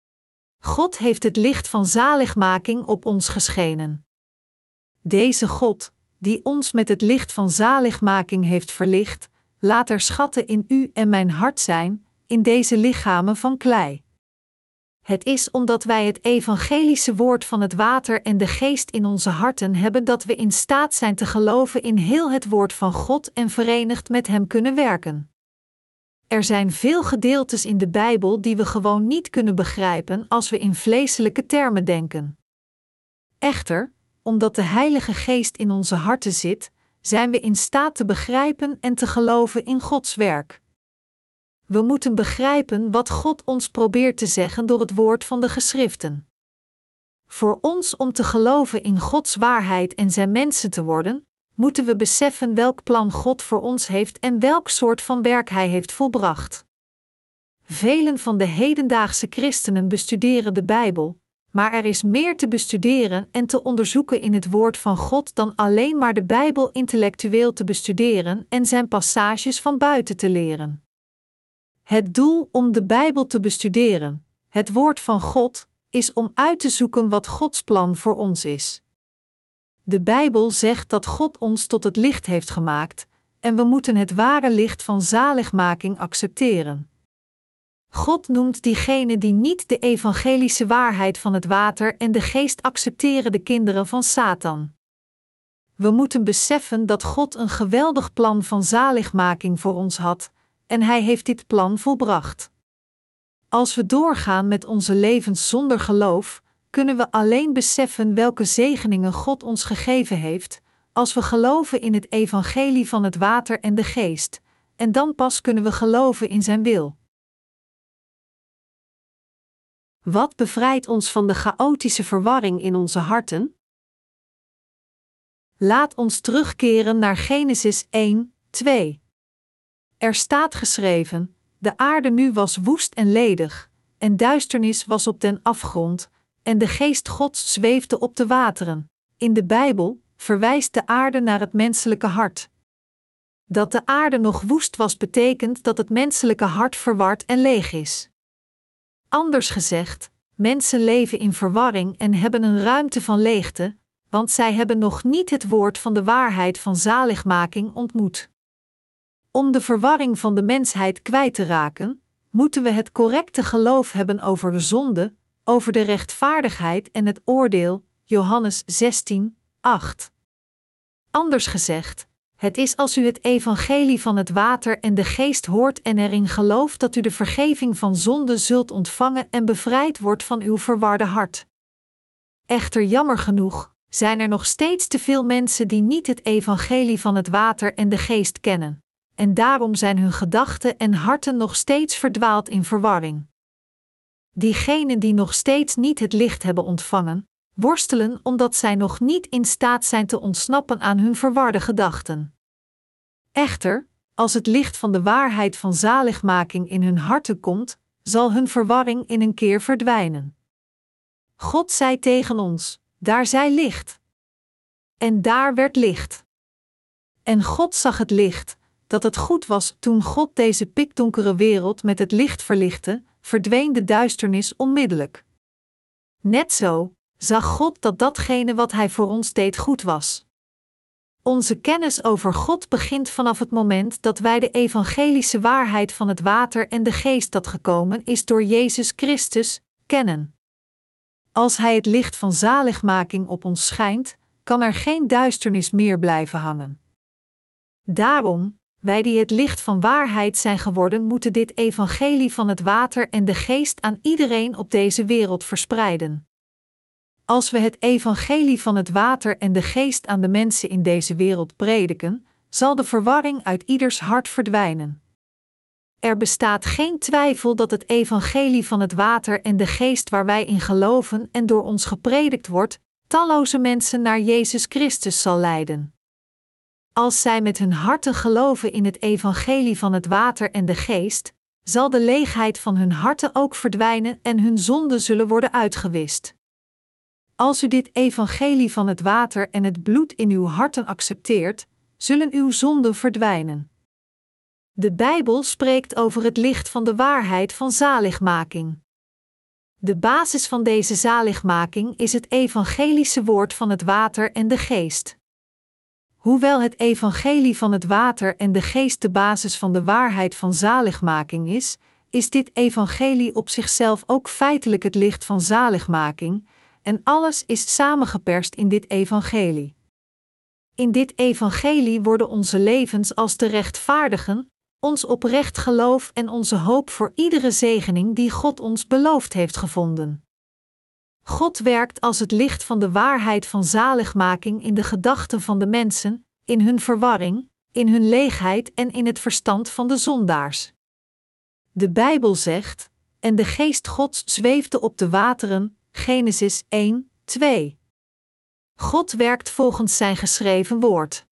God heeft het licht van zaligmaking op ons geschenen. Deze God, die ons met het licht van zaligmaking heeft verlicht, laat er schatten in u en mijn hart zijn, in deze lichamen van klei. Het is omdat wij het evangelische woord van het water en de geest in onze harten hebben dat we in staat zijn te geloven in heel het woord van God en verenigd met hem kunnen werken. Er zijn veel gedeeltes in de Bijbel die we gewoon niet kunnen begrijpen als we in vleeselijke termen denken. Echter, omdat de Heilige Geest in onze harten zit, zijn we in staat te begrijpen en te geloven in Gods werk. We moeten begrijpen wat God ons probeert te zeggen door het woord van de geschriften. Voor ons om te geloven in Gods waarheid en zijn mensen te worden, moeten we beseffen welk plan God voor ons heeft en welk soort van werk Hij heeft volbracht. Velen van de hedendaagse christenen bestuderen de Bijbel, maar er is meer te bestuderen en te onderzoeken in het woord van God dan alleen maar de Bijbel intellectueel te bestuderen en zijn passages van buiten te leren. Het doel om de Bijbel te bestuderen, het woord van God, is om uit te zoeken wat Gods plan voor ons is. De Bijbel zegt dat God ons tot het licht heeft gemaakt, en we moeten het ware licht van zaligmaking accepteren. God noemt diegenen die niet de evangelische waarheid van het water en de geest accepteren de kinderen van Satan. We moeten beseffen dat God een geweldig plan van zaligmaking voor ons had, en Hij heeft dit plan volbracht. Als we doorgaan met onze levens zonder geloof, kunnen we alleen beseffen welke zegeningen God ons gegeven heeft, als we geloven in het evangelie van het water en de geest, en dan pas kunnen we geloven in zijn wil. Wat bevrijdt ons van de chaotische verwarring in onze harten? Laat ons terugkeren naar Genesis één, twee. Er staat geschreven: de aarde nu was woest en ledig, en duisternis was op den afgrond, en de geest Gods zweefde op de wateren. In de Bijbel verwijst de aarde naar het menselijke hart. Dat de aarde nog woest was betekent dat het menselijke hart verward en leeg is. Anders gezegd, mensen leven in verwarring en hebben een ruimte van leegte, want zij hebben nog niet het woord van de waarheid van zaligmaking ontmoet. Om de verwarring van de mensheid kwijt te raken, moeten we het correcte geloof hebben over de zonde, over de rechtvaardigheid en het oordeel, Johannes zestien, acht. Anders gezegd, het is als u het evangelie van het water en de geest hoort en erin gelooft dat u de vergeving van zonde zult ontvangen en bevrijd wordt van uw verwarde hart. Echter jammer genoeg, zijn er nog steeds te veel mensen die niet het evangelie van het water en de geest kennen, en daarom zijn hun gedachten en harten nog steeds verdwaald in verwarring. Diegenen die nog steeds niet het licht hebben ontvangen, worstelen omdat zij nog niet in staat zijn te ontsnappen aan hun verwarde gedachten. Echter, als het licht van de waarheid van zaligmaking in hun harten komt, zal hun verwarring in een keer verdwijnen. God zei tegen ons: daar zij licht. En daar werd licht. En God zag het licht, dat het goed was. Toen God deze pikdonkere wereld met het licht verlichtte, verdween de duisternis onmiddellijk. Net zo zag God dat datgene wat Hij voor ons deed goed was. Onze kennis over God begint vanaf het moment dat wij de evangelische waarheid van het water en de geest dat gekomen is door Jezus Christus, kennen. Als Hij het licht van zaligmaking op ons schijnt, kan er geen duisternis meer blijven hangen. Daarom, wij die het licht van waarheid zijn geworden, moeten dit evangelie van het water en de geest aan iedereen op deze wereld verspreiden. Als we het evangelie van het water en de geest aan de mensen in deze wereld prediken, zal de verwarring uit ieders hart verdwijnen. Er bestaat geen twijfel dat het evangelie van het water en de geest waar wij in geloven en door ons gepredikt wordt, talloze mensen naar Jezus Christus zal leiden. Als zij met hun harten geloven in het evangelie van het water en de geest, zal de leegheid van hun harten ook verdwijnen en hun zonden zullen worden uitgewist. Als u dit evangelie van het water en het bloed in uw harten accepteert, zullen uw zonden verdwijnen. De Bijbel spreekt over het licht van de waarheid van zaligmaking. De basis van deze zaligmaking is het evangelische woord van het water en de geest. Hoewel het evangelie van het water en de geest de basis van de waarheid van zaligmaking is, is dit evangelie op zichzelf ook feitelijk het licht van zaligmaking, en alles is samengeperst in dit evangelie. In dit evangelie worden onze levens als de rechtvaardigen, ons oprecht geloof en onze hoop voor iedere zegening die God ons beloofd heeft gevonden. God werkt als het licht van de waarheid van zaligmaking in de gedachten van de mensen, in hun verwarring, in hun leegheid en in het verstand van de zondaars. De Bijbel zegt, en de geest Gods zweefde op de wateren, Genesis één, twee. God werkt volgens zijn geschreven woord.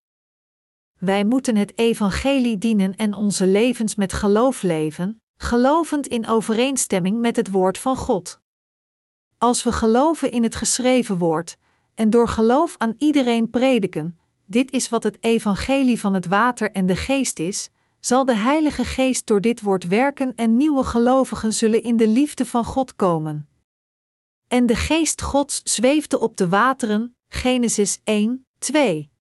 Wij moeten het evangelie dienen en onze levens met geloof leven, gelovend in overeenstemming met het woord van God. Als we geloven in het geschreven woord, en door geloof aan iedereen prediken, dit is wat het evangelie van het water en de geest is, zal de Heilige Geest door dit woord werken en nieuwe gelovigen zullen in de liefde van God komen. En de geest Gods zweefde op de wateren, Genesis één, twee.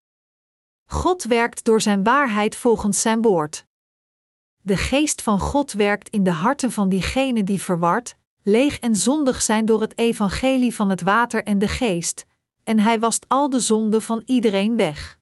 God werkt door zijn waarheid volgens zijn woord. De geest van God werkt in de harten van diegenen die verward, leeg en zondig zijn door het evangelie van het water en de geest, en hij wast al de zonden van iedereen weg.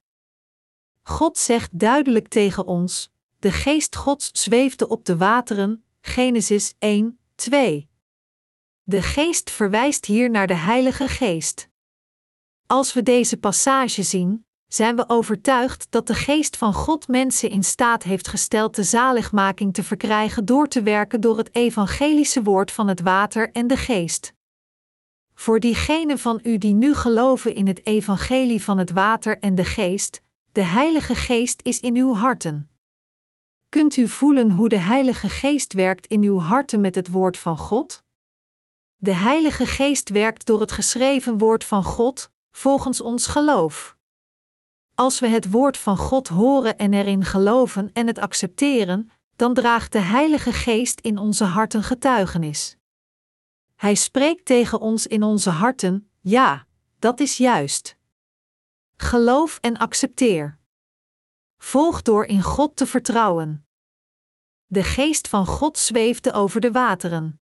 God zegt duidelijk tegen ons, de geest Gods zweefde op de wateren, Genesis één, twee. De geest verwijst hier naar de Heilige Geest. Als we deze passage zien, zijn we overtuigd dat de geest van God mensen in staat heeft gesteld de zaligmaking te verkrijgen door te werken door het evangelische woord van het water en de geest. Voor diegenen van u die nu geloven in het evangelie van het water en de geest, de Heilige Geest is in uw harten. Kunt u voelen hoe de Heilige Geest werkt in uw harten met het woord van God? De Heilige Geest werkt door het geschreven woord van God, volgens ons geloof. Als we het woord van God horen en erin geloven en het accepteren, dan draagt de Heilige Geest in onze harten getuigenis. Hij spreekt tegen ons in onze harten, ja, dat is juist. Geloof en accepteer. Volg door in God te vertrouwen. De geest van God zweefde over de wateren.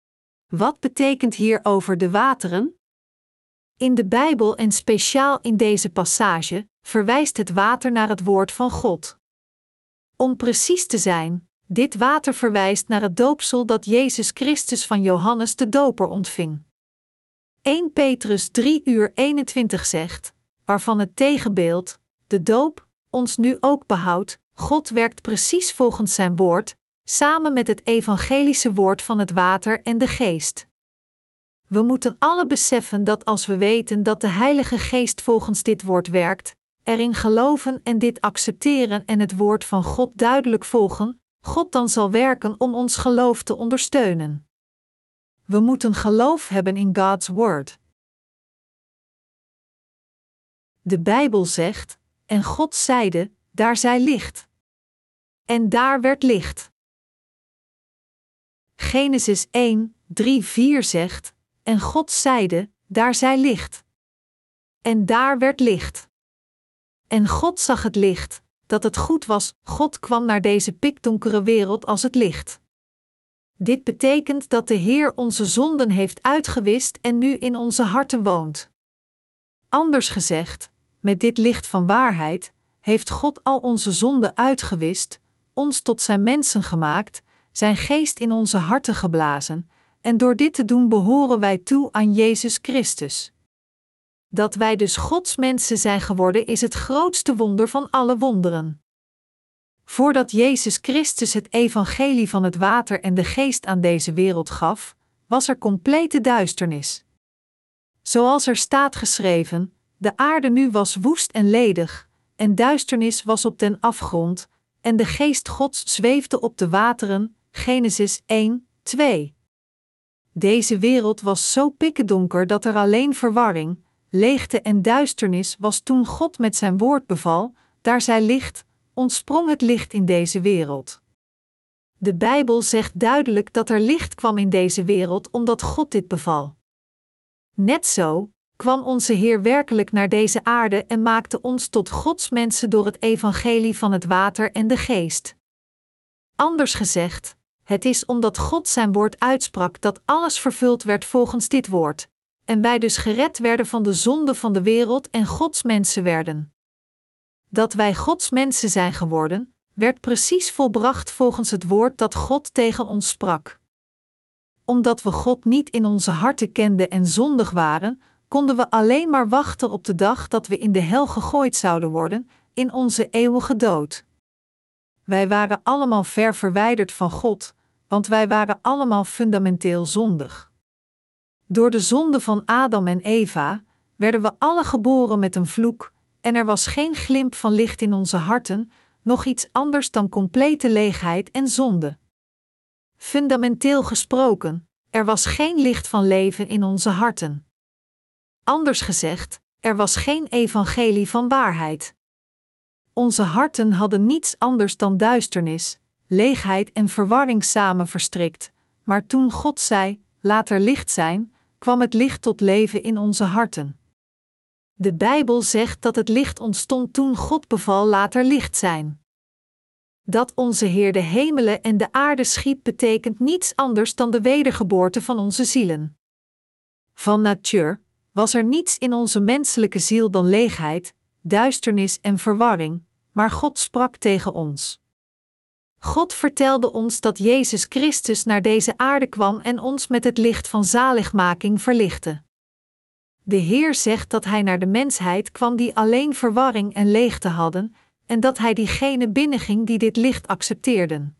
Wat betekent hier over de wateren? In de Bijbel en speciaal in deze passage verwijst het water naar het woord van God. Om precies te zijn, dit water verwijst naar het doopsel dat Jezus Christus van Johannes de Doper ontving. eerste Petrus drie uur eenentwintig zegt, waarvan het tegenbeeld, de doop, ons nu ook behoudt, God werkt precies volgens zijn woord, samen met het evangelische woord van het water en de geest. We moeten alle beseffen dat als we weten dat de Heilige Geest volgens dit woord werkt, erin geloven en dit accepteren en het woord van God duidelijk volgen, God dan zal werken om ons geloof te ondersteunen. We moeten geloof hebben in God's word. De Bijbel zegt, en God zeide, daar zij licht. En daar werd licht. Genesis één, drie, vier zegt, en God zeide, daar zij licht. En daar werd licht. En God zag het licht, dat het goed was, God kwam naar deze pikdonkere wereld als het licht. Dit betekent dat de Heer onze zonden heeft uitgewist en nu in onze harten woont. Anders gezegd, met dit licht van waarheid, heeft God al onze zonden uitgewist, ons tot zijn mensen gemaakt, zijn geest in onze harten geblazen, en door dit te doen behoren wij toe aan Jezus Christus. Dat wij dus Gods mensen zijn geworden is het grootste wonder van alle wonderen. Voordat Jezus Christus het evangelie van het water en de geest aan deze wereld gaf, was er complete duisternis. Zoals er staat geschreven, de aarde nu was woest en ledig, en duisternis was op den afgrond, en de geest Gods zweefde op de wateren, Genesis één, twee. Deze wereld was zo pikkedonker dat er alleen verwarring, leegte en duisternis was toen God met zijn woord beval, daar zij licht, ontsprong het licht in deze wereld. De Bijbel zegt duidelijk dat er licht kwam in deze wereld omdat God dit beval. Net zo, kwam onze Heer werkelijk naar deze aarde en maakte ons tot Gods mensen door het evangelie van het water en de geest. Anders gezegd, het is omdat God zijn woord uitsprak dat alles vervuld werd volgens dit woord, en wij dus gered werden van de zonde van de wereld en Gods mensen werden. Dat wij Gods mensen zijn geworden, werd precies volbracht volgens het woord dat God tegen ons sprak. Omdat we God niet in onze harten kenden en zondig waren, konden we alleen maar wachten op de dag dat we in de hel gegooid zouden worden, in onze eeuwige dood. Wij waren allemaal ver verwijderd van God, want wij waren allemaal fundamenteel zondig. Door de zonde van Adam en Eva werden we alle geboren met een vloek, en er was geen glimp van licht in onze harten, nog iets anders dan complete leegheid en zonde. Fundamenteel gesproken, er was geen licht van leven in onze harten. Anders gezegd, er was geen evangelie van waarheid. Onze harten hadden niets anders dan duisternis, leegheid en verwarring samen verstrikt, maar toen God zei, laat er licht zijn, kwam het licht tot leven in onze harten. De Bijbel zegt dat het licht ontstond toen God beval laat er licht zijn. Dat onze Heer de hemelen en de aarde schiep betekent niets anders dan de wedergeboorte van onze zielen. Van nature was er niets in onze menselijke ziel dan leegheid, duisternis en verwarring, maar God sprak tegen ons. God vertelde ons dat Jezus Christus naar deze aarde kwam en ons met het licht van zaligmaking verlichtte. De Heer zegt dat Hij naar de mensheid kwam die alleen verwarring en leegte hadden, en dat Hij diegenen binnenging die dit licht accepteerden.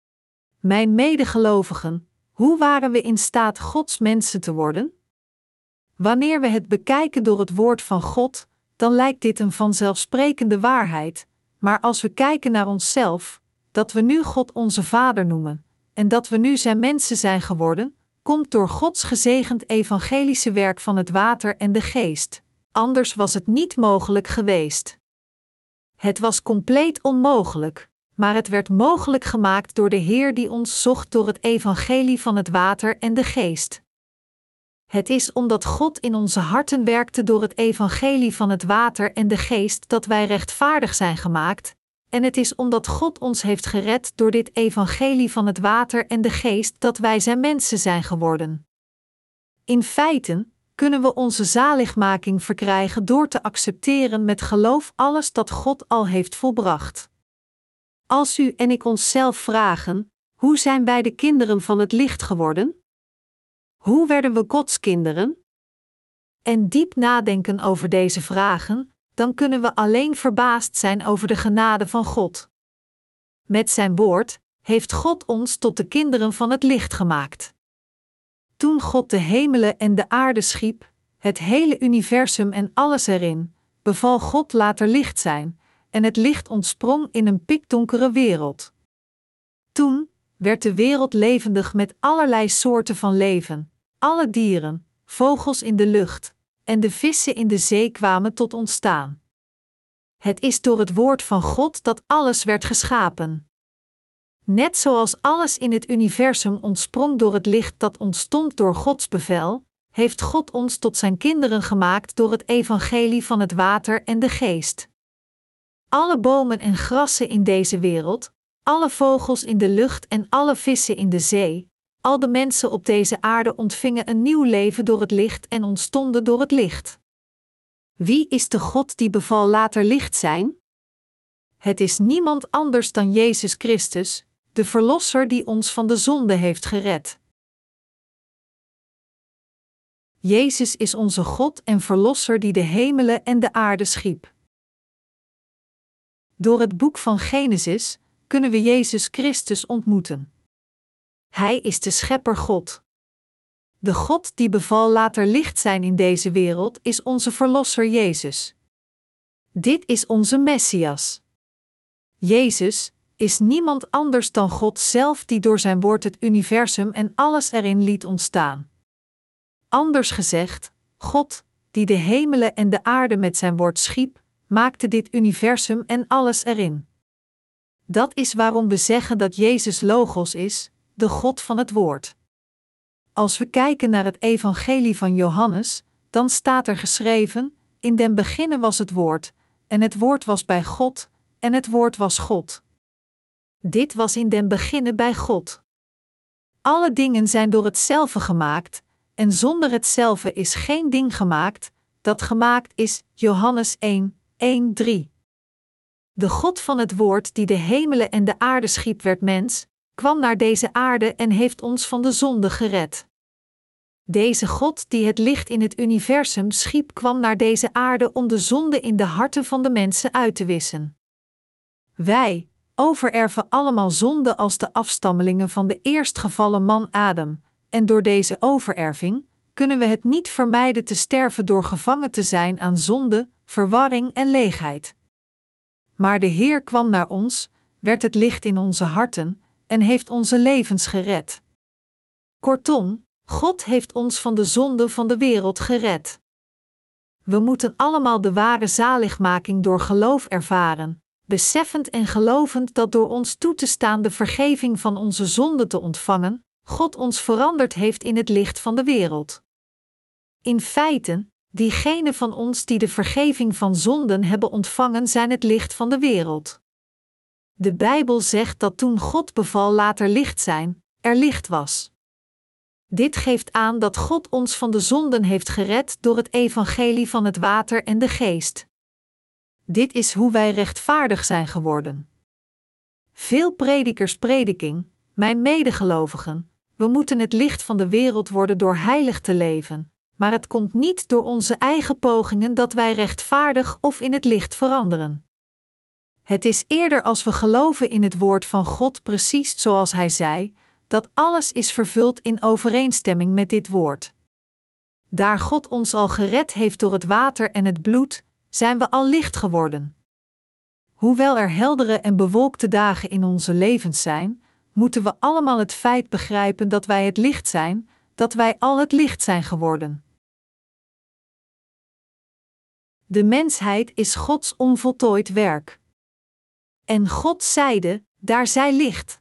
Mijn medegelovigen, hoe waren we in staat Gods mensen te worden? Wanneer we het bekijken door het woord van God, dan lijkt dit een vanzelfsprekende waarheid, maar als we kijken naar onszelf, dat we nu God onze Vader noemen, en dat we nu zijn mensen zijn geworden, komt door Gods gezegend evangelische werk van het water en de geest. Anders was het niet mogelijk geweest. Het was compleet onmogelijk, maar het werd mogelijk gemaakt door de Heer die ons zocht door het evangelie van het water en de geest. Het is omdat God in onze harten werkte door het evangelie van het water en de geest dat wij rechtvaardig zijn gemaakt, en het is omdat God ons heeft gered door dit evangelie van het water en de geest dat wij zijn mensen zijn geworden. In feite kunnen we onze zaligmaking verkrijgen door te accepteren met geloof alles dat God al heeft volbracht. Als u en ik onszelf vragen, hoe zijn wij de kinderen van het licht geworden? Hoe werden we Gods kinderen? En diep nadenken over deze vragen, dan kunnen we alleen verbaasd zijn over de genade van God. Met zijn woord heeft God ons tot de kinderen van het licht gemaakt. Toen God de hemelen en de aarde schiep, het hele universum en alles erin, beval God laat er licht zijn, en het licht ontsprong in een pikdonkere wereld. Toen werd de wereld levendig met allerlei soorten van leven, alle dieren, vogels in de lucht, en de vissen in de zee kwamen tot ontstaan. Het is door het woord van God dat alles werd geschapen. Net zoals alles in het universum ontsprong door het licht dat ontstond door Gods bevel, heeft God ons tot zijn kinderen gemaakt door het evangelie van het water en de geest. Alle bomen en grassen in deze wereld, alle vogels in de lucht en alle vissen in de zee, al de mensen op deze aarde ontvingen een nieuw leven door het licht en ontstonden door het licht. Wie is de God die beval laat er licht zijn? Het is niemand anders dan Jezus Christus, de Verlosser die ons van de zonde heeft gered. Jezus is onze God en Verlosser die de hemelen en de aarde schiep. Door het boek van Genesis kunnen we Jezus Christus ontmoeten. Hij is de Schepper God. De God die beval laat er licht zijn in deze wereld is onze Verlosser Jezus. Dit is onze Messias. Jezus is niemand anders dan God zelf die door zijn woord het universum en alles erin liet ontstaan. Anders gezegd, God, die de hemelen en de aarde met zijn woord schiep, maakte dit universum en alles erin. Dat is waarom we zeggen dat Jezus Logos is, de God van het woord. Als we kijken naar het evangelie van Johannes, dan staat er geschreven: in den beginne was het woord, en het woord was bij God, en het woord was God. Dit was in den beginne bij God. Alle dingen zijn door hetzelfde gemaakt, en zonder hetzelfde is geen ding gemaakt, dat gemaakt is. Johannes één, één drie. De God van het woord die de hemelen en de aarde schiep werd mens, kwam naar deze aarde en heeft ons van de zonde gered. Deze God die het licht in het universum schiep kwam naar deze aarde om de zonde in de harten van de mensen uit te wissen. Wij overerven allemaal zonde als de afstammelingen van de eerstgevallen man Adam, en door deze overerving kunnen we het niet vermijden te sterven door gevangen te zijn aan zonde, verwarring en leegheid. Maar de Heer kwam naar ons, werd het licht in onze harten en heeft onze levens gered. Kortom, God heeft ons van de zonde van de wereld gered. We moeten allemaal de ware zaligmaking door geloof ervaren, beseffend en gelovend dat door ons toe te staan de vergeving van onze zonde te ontvangen, God ons veranderd heeft in het licht van de wereld. In feite, diegenen van ons die de vergeving van zonden hebben ontvangen zijn het licht van de wereld. De Bijbel zegt dat toen God beval laat er licht zijn, er licht was. Dit geeft aan dat God ons van de zonden heeft gered door het evangelie van het water en de geest. Dit is hoe wij rechtvaardig zijn geworden. Veel predikers prediking, mijn medegelovigen, we moeten het licht van de wereld worden door heilig te leven, maar het komt niet door onze eigen pogingen dat wij rechtvaardig of in het licht veranderen. Het is eerder als we geloven in het woord van God precies zoals Hij zei, dat alles is vervuld in overeenstemming met dit woord. Daar God ons al gered heeft door het water en het bloed, zijn we al licht geworden. Hoewel er heldere en bewolkte dagen in onze levens zijn, moeten we allemaal het feit begrijpen dat wij het licht zijn, dat wij al het licht zijn geworden. De mensheid is Gods onvoltooid werk. En God zeide, daar zij licht.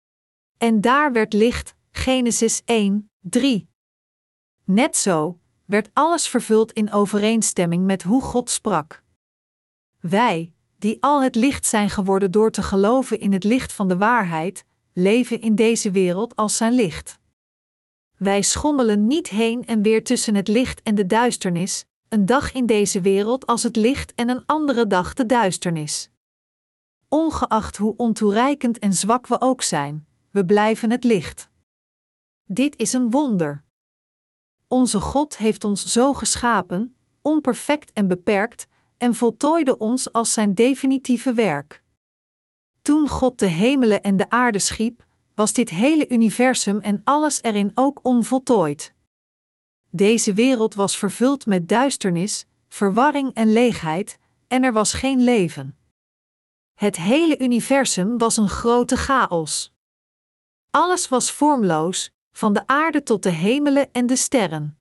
En daar werd licht, Genesis één, drie. Net zo werd alles vervuld in overeenstemming met hoe God sprak. Wij, die al het licht zijn geworden door te geloven in het licht van de waarheid, leven in deze wereld als zijn licht. Wij schommelen niet heen en weer tussen het licht en de duisternis, een dag in deze wereld als het licht en een andere dag de duisternis. Ongeacht hoe ontoereikend en zwak we ook zijn, we blijven het licht. Dit is een wonder. Onze God heeft ons zo geschapen, onperfect en beperkt, en voltooide ons als zijn definitieve werk. Toen God de hemelen en de aarde schiep, was dit hele universum en alles erin ook onvoltooid. Deze wereld was vervuld met duisternis, verwarring en leegheid, en er was geen leven. Het hele universum was een grote chaos. Alles was vormloos, van de aarde tot de hemelen en de sterren.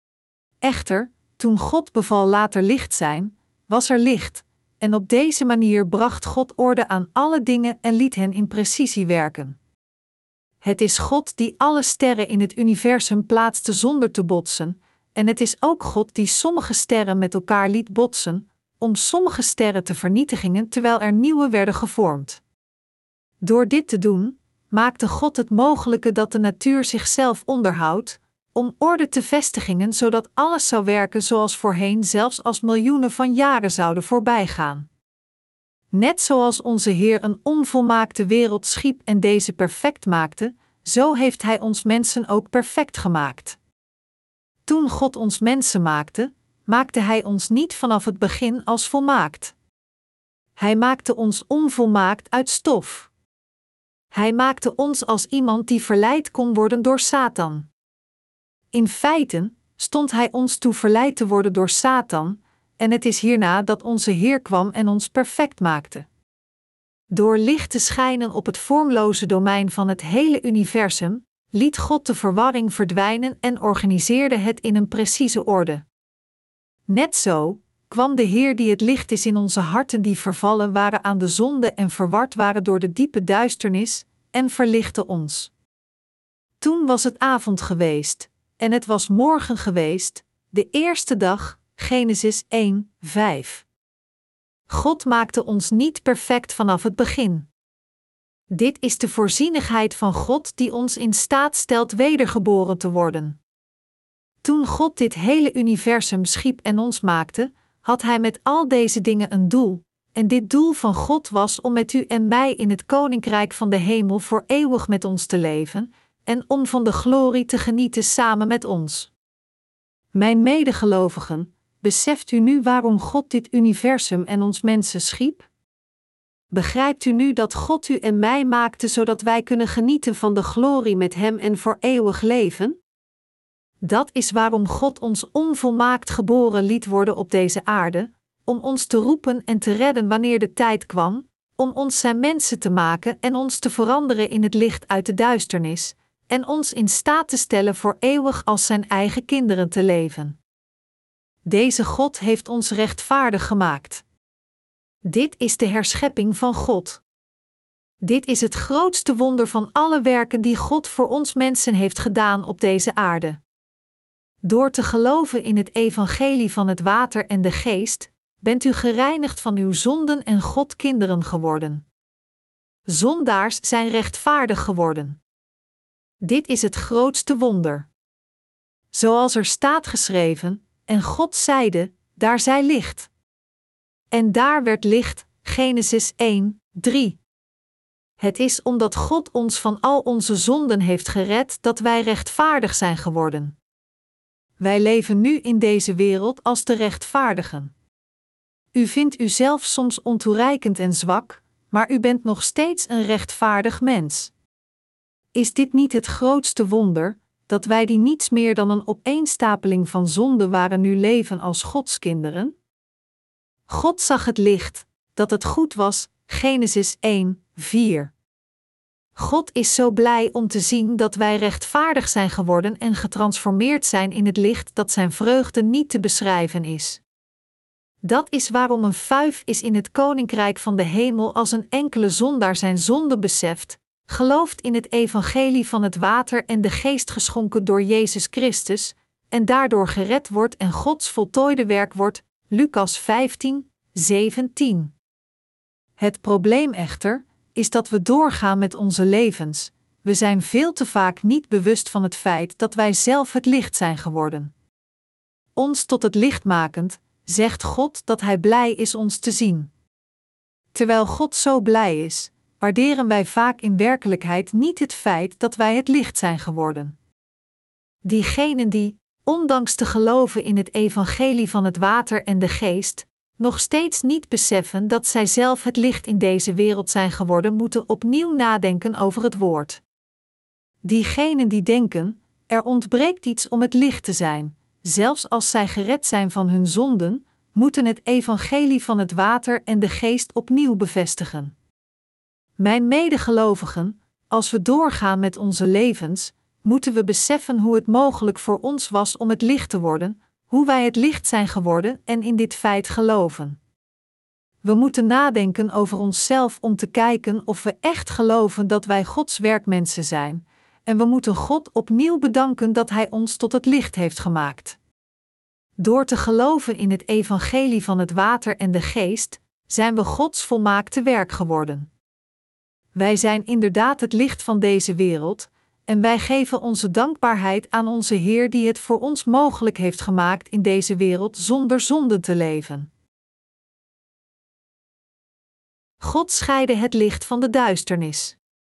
Echter, toen God beval laat er licht zijn, was er licht, en op deze manier bracht God orde aan alle dingen en liet hen in precisie werken. Het is God die alle sterren in het universum plaatste zonder te botsen, en het is ook God die sommige sterren met elkaar liet botsen, om sommige sterren te vernietigen terwijl er nieuwe werden gevormd. Door dit te doen, maakte God het mogelijke dat de natuur zichzelf onderhoudt, om orde te vestigen zodat alles zou werken zoals voorheen zelfs als miljoenen van jaren zouden voorbijgaan. Net zoals onze Heer een onvolmaakte wereld schiep en deze perfect maakte, zo heeft Hij ons mensen ook perfect gemaakt. Toen God ons mensen maakte, maakte Hij ons niet vanaf het begin als volmaakt. Hij maakte ons onvolmaakt uit stof. Hij maakte ons als iemand die verleid kon worden door Satan. In feite stond Hij ons toe verleid te worden door Satan, en het is hierna dat onze Heer kwam en ons perfect maakte. Door licht te schijnen op het vormloze domein van het hele universum, liet God de verwarring verdwijnen en organiseerde het in een precieze orde. Net zo kwam de Heer die het licht is in onze harten die vervallen waren aan de zonde en verward waren door de diepe duisternis, en verlichtte ons. Toen was het avond geweest, en het was morgen geweest, de eerste dag, Genesis één, vijf. God maakte ons niet perfect vanaf het begin. Dit is de voorzienigheid van God die ons in staat stelt wedergeboren te worden. Toen God dit hele universum schiep en ons maakte, had Hij met al deze dingen een doel, en dit doel van God was om met u en mij in het koninkrijk van de hemel voor eeuwig met ons te leven, en om van de glorie te genieten samen met ons. Mijn medegelovigen, beseft u nu waarom God dit universum en ons mensen schiep? Begrijpt u nu dat God u en mij maakte zodat wij kunnen genieten van de glorie met Hem en voor eeuwig leven? Dat is waarom God ons onvolmaakt geboren liet worden op deze aarde, om ons te roepen en te redden wanneer de tijd kwam, om ons zijn mensen te maken en ons te veranderen in het licht uit de duisternis, en ons in staat te stellen voor eeuwig als zijn eigen kinderen te leven. Deze God heeft ons rechtvaardig gemaakt. Dit is de herschepping van God. Dit is het grootste wonder van alle werken die God voor ons mensen heeft gedaan op deze aarde. Door te geloven in het evangelie van het water en de geest, bent u gereinigd van uw zonden en God kinderen geworden. Zondaars zijn rechtvaardig geworden. Dit is het grootste wonder. Zoals er staat geschreven, en God zeide, daar zij licht. En daar werd licht, Genesis één, drie. Het is omdat God ons van al onze zonden heeft gered dat wij rechtvaardig zijn geworden. Wij leven nu in deze wereld als de rechtvaardigen. U vindt uzelf soms ontoereikend en zwak, maar u bent nog steeds een rechtvaardig mens. Is dit niet het grootste wonder, dat wij die niets meer dan een opeenstapeling van zonden waren nu leven als Gods kinderen? God zag het licht, dat het goed was, Genesis één, vier. God is zo blij om te zien dat wij rechtvaardig zijn geworden en getransformeerd zijn in het licht dat zijn vreugde niet te beschrijven is. Dat is waarom een fuif is in het koninkrijk van de hemel als een enkele zondaar zijn zonde beseft, gelooft in het evangelie van het water en de geest geschonken door Jezus Christus, en daardoor gered wordt en Gods voltooide werk wordt, Lucas vijftien, zeventien. Het probleem echter is dat we doorgaan met onze levens. We zijn veel te vaak niet bewust van het feit dat wij zelf het licht zijn geworden. Ons tot het licht makend, zegt God dat Hij blij is ons te zien. Terwijl God zo blij is, waarderen wij vaak in werkelijkheid niet het feit dat wij het licht zijn geworden. Diegenen die, ondanks te geloven in het evangelie van het water en de geest, nog steeds niet beseffen dat zij zelf het licht in deze wereld zijn geworden, moeten opnieuw nadenken over het woord. Diegenen die denken, er ontbreekt iets om het licht te zijn, zelfs als zij gered zijn van hun zonden, moeten het evangelie van het water en de geest opnieuw bevestigen. Mijn medegelovigen, als we doorgaan met onze levens, moeten we beseffen hoe het mogelijk voor ons was om het licht te worden, hoe wij het licht zijn geworden en in dit feit geloven. We moeten nadenken over onszelf om te kijken of we echt geloven dat wij Gods werkmensen zijn, en we moeten God opnieuw bedanken dat Hij ons tot het licht heeft gemaakt. Door te geloven in het evangelie van het water en de geest, zijn we Gods volmaakte werk geworden. Wij zijn inderdaad het licht van deze wereld, en wij geven onze dankbaarheid aan onze Heer die het voor ons mogelijk heeft gemaakt in deze wereld zonder zonde te leven. God scheidde het licht van de duisternis.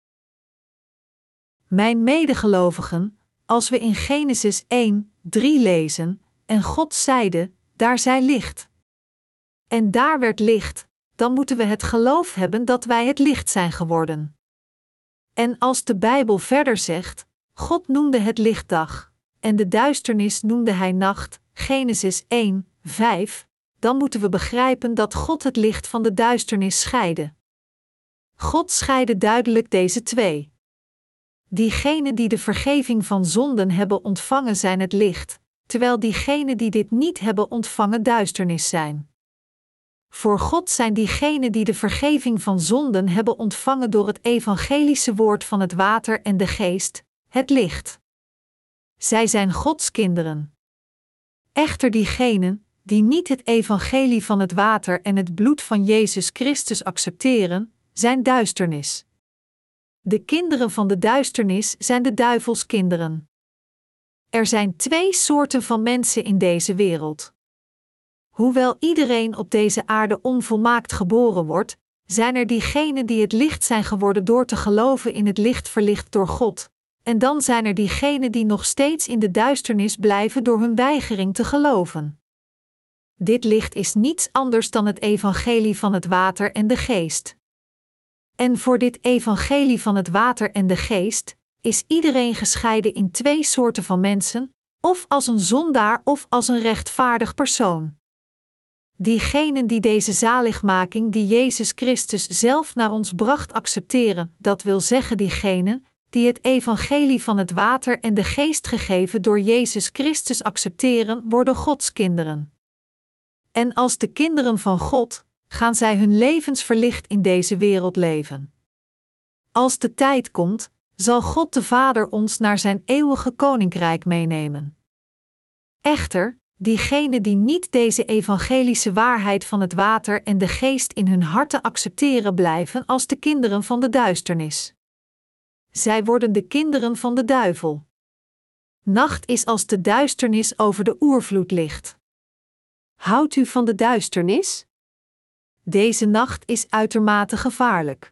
Mijn medegelovigen, als we in Genesis één, drie lezen, en God zeide, daar zij licht. En daar werd licht, dan moeten we het geloof hebben dat wij het licht zijn geworden. En als de Bijbel verder zegt, God noemde het licht dag, en de duisternis noemde Hij nacht, Genesis één, vijf, dan moeten we begrijpen dat God het licht van de duisternis scheidde. God scheidde duidelijk deze twee. Diegenen die de vergeving van zonden hebben ontvangen zijn het licht, terwijl diegenen die dit niet hebben ontvangen duisternis zijn. Voor God zijn diegenen die de vergeving van zonden hebben ontvangen door het evangelische woord van het water en de geest, het licht. Zij zijn Gods kinderen. Echter diegenen, die niet het evangelie van het water en het bloed van Jezus Christus accepteren, zijn duisternis. De kinderen van de duisternis zijn de duivelskinderen. Er zijn twee soorten van mensen in deze wereld. Hoewel iedereen op deze aarde onvolmaakt geboren wordt, zijn er diegenen die het licht zijn geworden door te geloven in het licht verlicht door God, en dan zijn er diegenen die nog steeds in de duisternis blijven door hun weigering te geloven. Dit licht is niets anders dan het evangelie van het water en de geest. En voor dit evangelie van het water en de geest is iedereen gescheiden in twee soorten van mensen, of als een zondaar of als een rechtvaardig persoon. Diegenen die deze zaligmaking die Jezus Christus zelf naar ons bracht accepteren, dat wil zeggen diegenen die het evangelie van het water en de geest gegeven door Jezus Christus accepteren, worden Gods kinderen. En als de kinderen van God, gaan zij hun levens verlicht in deze wereld leven. Als de tijd komt, zal God de Vader ons naar zijn eeuwige koninkrijk meenemen. Echter, diegenen die niet deze evangelische waarheid van het water en de geest in hun harten accepteren, blijven als de kinderen van de duisternis. Zij worden de kinderen van de duivel. Nacht is als de duisternis over de oervloed ligt. Houdt u van de duisternis? Deze nacht is uitermate gevaarlijk.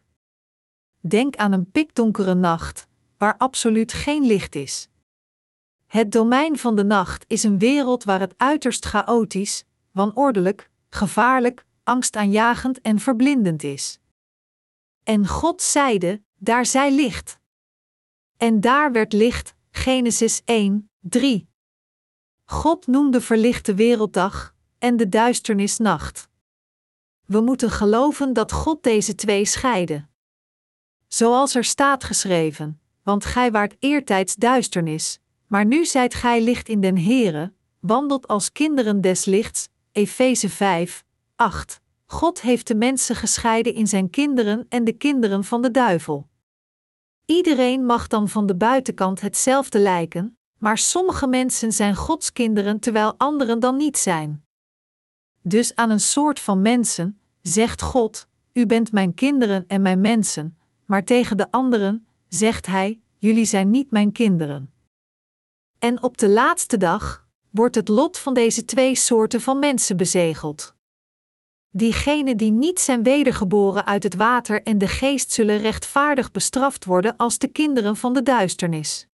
Denk aan een pikdonkere nacht, waar absoluut geen licht is. Het domein van de nacht is een wereld waar het uiterst chaotisch, wanordelijk, gevaarlijk, angstaanjagend en verblindend is. En God zeide, daar zij licht. En daar werd licht, Genesis één, drie. God noemde verlichte werelddag en de duisternis nacht. We moeten geloven dat God deze twee scheidde. Zoals er staat geschreven, want gij waart eertijds duisternis, maar nu zijt gij licht in den Here, wandelt als kinderen des lichts, Efeze vijf, acht. God heeft de mensen gescheiden in zijn kinderen en de kinderen van de duivel. Iedereen mag dan van de buitenkant hetzelfde lijken, maar sommige mensen zijn Gods kinderen terwijl anderen dan niet zijn. Dus aan een soort van mensen zegt God, u bent mijn kinderen en mijn mensen, maar tegen de anderen zegt hij, jullie zijn niet mijn kinderen. En op de laatste dag wordt het lot van deze twee soorten van mensen bezegeld. Diegenen die niet zijn wedergeboren uit het water en de geest zullen rechtvaardig bestraft worden als de kinderen van de duisternis.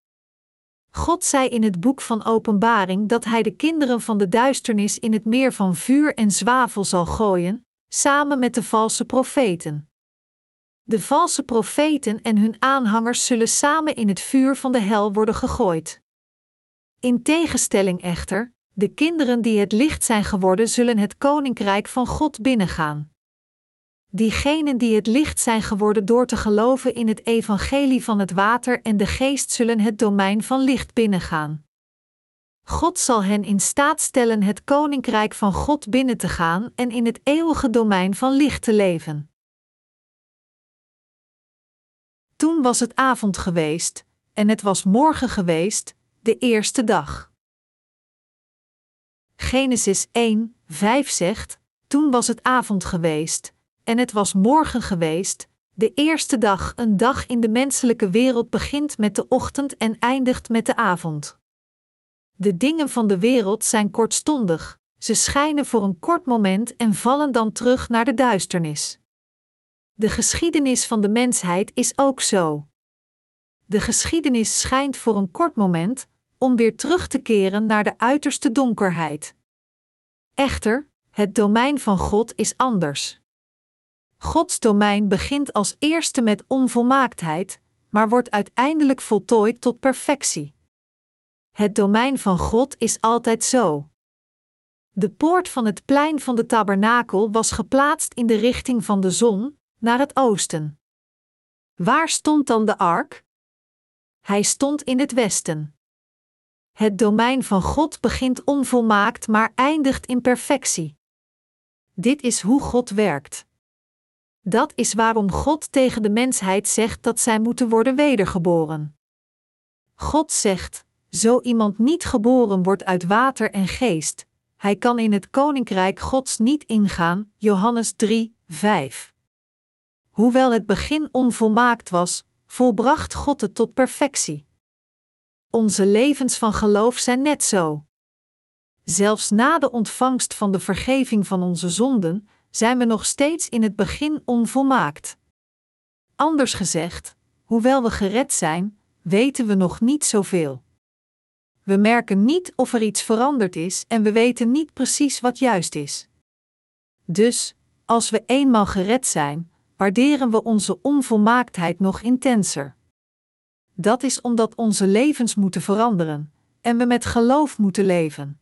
God zei in het boek van Openbaring dat hij de kinderen van de duisternis in het meer van vuur en zwavel zal gooien, samen met de valse profeten. De valse profeten en hun aanhangers zullen samen in het vuur van de hel worden gegooid. In tegenstelling echter, de kinderen die het licht zijn geworden zullen het koninkrijk van God binnengaan. Diegenen die het licht zijn geworden door te geloven in het evangelie van het water en de geest zullen het domein van licht binnengaan. God zal hen in staat stellen het koninkrijk van God binnen te gaan en in het eeuwige domein van licht te leven. Toen was het avond geweest, en het was morgen geweest, de eerste dag. Genesis één, vijf zegt, toen was het avond geweest, en het was morgen geweest, de eerste dag. Een dag in de menselijke wereld begint met de ochtend en eindigt met de avond. De dingen van de wereld zijn kortstondig, ze schijnen voor een kort moment en vallen dan terug naar de duisternis. De geschiedenis van de mensheid is ook zo. De geschiedenis schijnt voor een kort moment, om weer terug te keren naar de uiterste donkerheid. Echter, het domein van God is anders. Gods domein begint als eerste met onvolmaaktheid, maar wordt uiteindelijk voltooid tot perfectie. Het domein van God is altijd zo. De poort van het plein van de tabernakel was geplaatst in de richting van de zon, naar het oosten. Waar stond dan de ark? Hij stond in het westen. Het domein van God begint onvolmaakt, maar eindigt in perfectie. Dit is hoe God werkt. Dat is waarom God tegen de mensheid zegt dat zij moeten worden wedergeboren. God zegt, zo iemand niet geboren wordt uit water en geest, hij kan in het koninkrijk Gods niet ingaan, Johannes drie, vijf. Hoewel het begin onvolmaakt was, volbracht God het tot perfectie. Onze levens van geloof zijn net zo. Zelfs na de ontvangst van de vergeving van onze zonden, zijn we nog steeds in het begin onvolmaakt. Anders gezegd, hoewel we gered zijn, weten we nog niet zoveel. We merken niet of er iets veranderd is en we weten niet precies wat juist is. Dus, als we eenmaal gered zijn, waarderen we onze onvolmaaktheid nog intenser. Dat is omdat onze levens moeten veranderen en we met geloof moeten leven.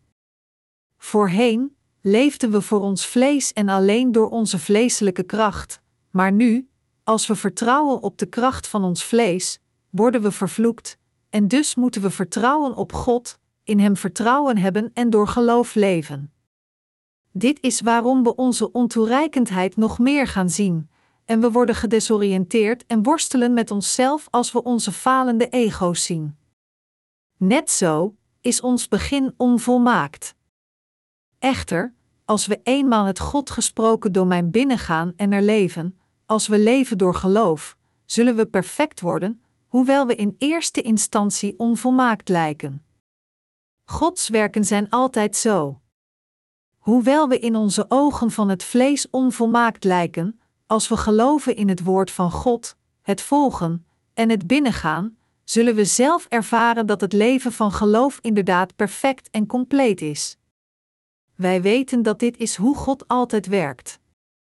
Voorheen leefden we voor ons vlees en alleen door onze vleeselijke kracht, maar nu, als we vertrouwen op de kracht van ons vlees, worden we vervloekt, en dus moeten we vertrouwen op God, in Hem vertrouwen hebben en door geloof leven. Dit is waarom we onze ontoereikendheid nog meer gaan zien, en we worden gedesoriënteerd en worstelen met onszelf als we onze falende ego's zien. Net zo is ons begin onvolmaakt. Echter, als we eenmaal het God gesproken domein binnengaan en er leven, als we leven door geloof, zullen we perfect worden, hoewel we in eerste instantie onvolmaakt lijken. Gods werken zijn altijd zo. Hoewel we in onze ogen van het vlees onvolmaakt lijken, als we geloven in het woord van God, het volgen en het binnengaan, zullen we zelf ervaren dat het leven van geloof inderdaad perfect en compleet is. Wij weten dat dit is hoe God altijd werkt.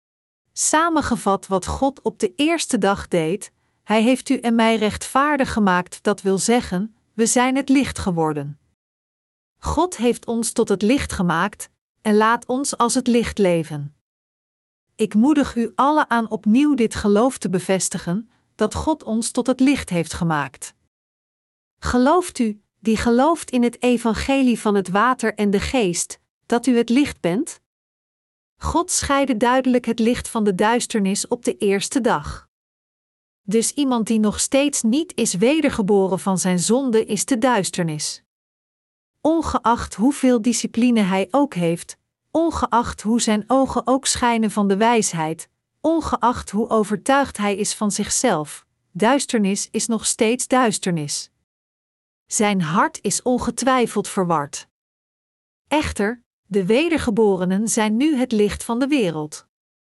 Samengevat wat God op de eerste dag deed, Hij heeft u en mij rechtvaardig gemaakt, dat wil zeggen, we zijn het licht geworden. God heeft ons tot het licht gemaakt en laat ons als het licht leven. Ik moedig u allen aan opnieuw dit geloof te bevestigen, dat God ons tot het licht heeft gemaakt. Gelooft u, die gelooft in het evangelie van het water en de geest, dat u het licht bent? God scheidde duidelijk het licht van de duisternis op de eerste dag. Dus iemand die nog steeds niet is wedergeboren van zijn zonde is de duisternis. Ongeacht hoeveel discipline hij ook heeft, ongeacht hoe zijn ogen ook schijnen van de wijsheid, ongeacht hoe overtuigd hij is van zichzelf, duisternis is nog steeds duisternis. Zijn hart is ongetwijfeld verward. Echter, de wedergeborenen zijn nu het licht van de wereld.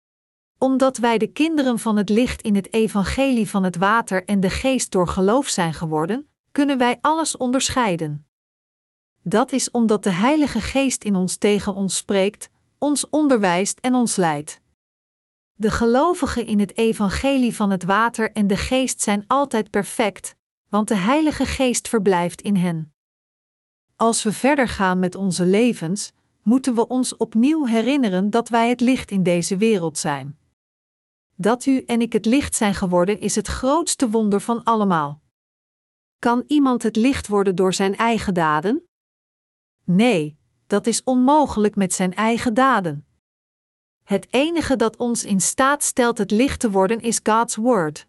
Omdat wij de kinderen van het licht in het evangelie van het water en de geest door geloof zijn geworden, kunnen wij alles onderscheiden. Dat is omdat de Heilige Geest in ons tegen ons spreekt, ons onderwijst en ons leidt. De gelovigen in het evangelie van het water en de geest zijn altijd perfect, want de Heilige Geest verblijft in hen. Als we verder gaan met onze levens, moeten we ons opnieuw herinneren dat wij het licht in deze wereld zijn. Dat u en ik het licht zijn geworden is het grootste wonder van allemaal. Kan iemand het licht worden door zijn eigen daden? Nee, dat is onmogelijk met zijn eigen daden. Het enige dat ons in staat stelt het licht te worden is God's Word.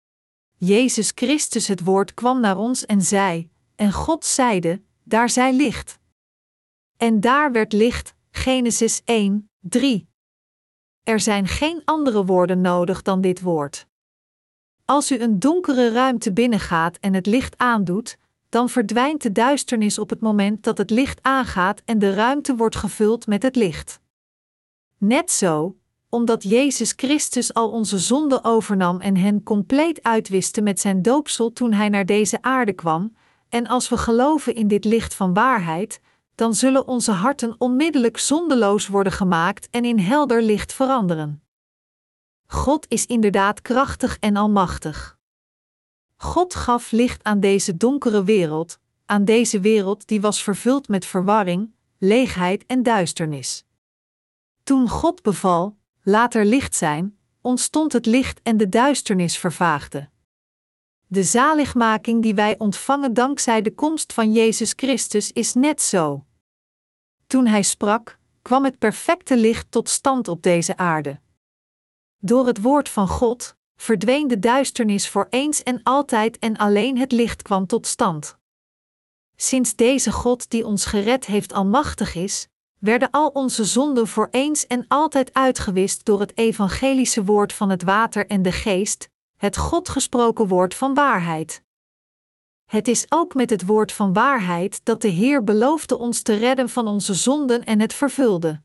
Jezus Christus het Woord kwam naar ons en zei, en God zeide, daar zij licht. En daar werd licht, Genesis één, drie. Er zijn geen andere woorden nodig dan dit woord. Als u een donkere ruimte binnengaat en het licht aandoet, dan verdwijnt de duisternis op het moment dat het licht aangaat en de ruimte wordt gevuld met het licht. Net zo, omdat Jezus Christus al onze zonden overnam en hen compleet uitwiste met zijn doopsel toen hij naar deze aarde kwam, en als we geloven in dit licht van waarheid, dan zullen onze harten onmiddellijk zondeloos worden gemaakt en in helder licht veranderen. God is inderdaad krachtig en almachtig. God gaf licht aan deze donkere wereld, aan deze wereld die was vervuld met verwarring, leegheid en duisternis. Toen God beval, laat er licht zijn, ontstond het licht en de duisternis vervaagde. De zaligmaking die wij ontvangen dankzij de komst van Jezus Christus is net zo. Toen hij sprak, kwam het perfecte licht tot stand op deze aarde. Door het woord van God verdween de duisternis voor eens en altijd en alleen het licht kwam tot stand. Sinds deze God die ons gered heeft almachtig is, werden al onze zonden voor eens en altijd uitgewist door het evangelische woord van het water en de geest, het God gesproken woord van waarheid. Het is ook met het woord van waarheid dat de Heer beloofde ons te redden van onze zonden en het vervulde.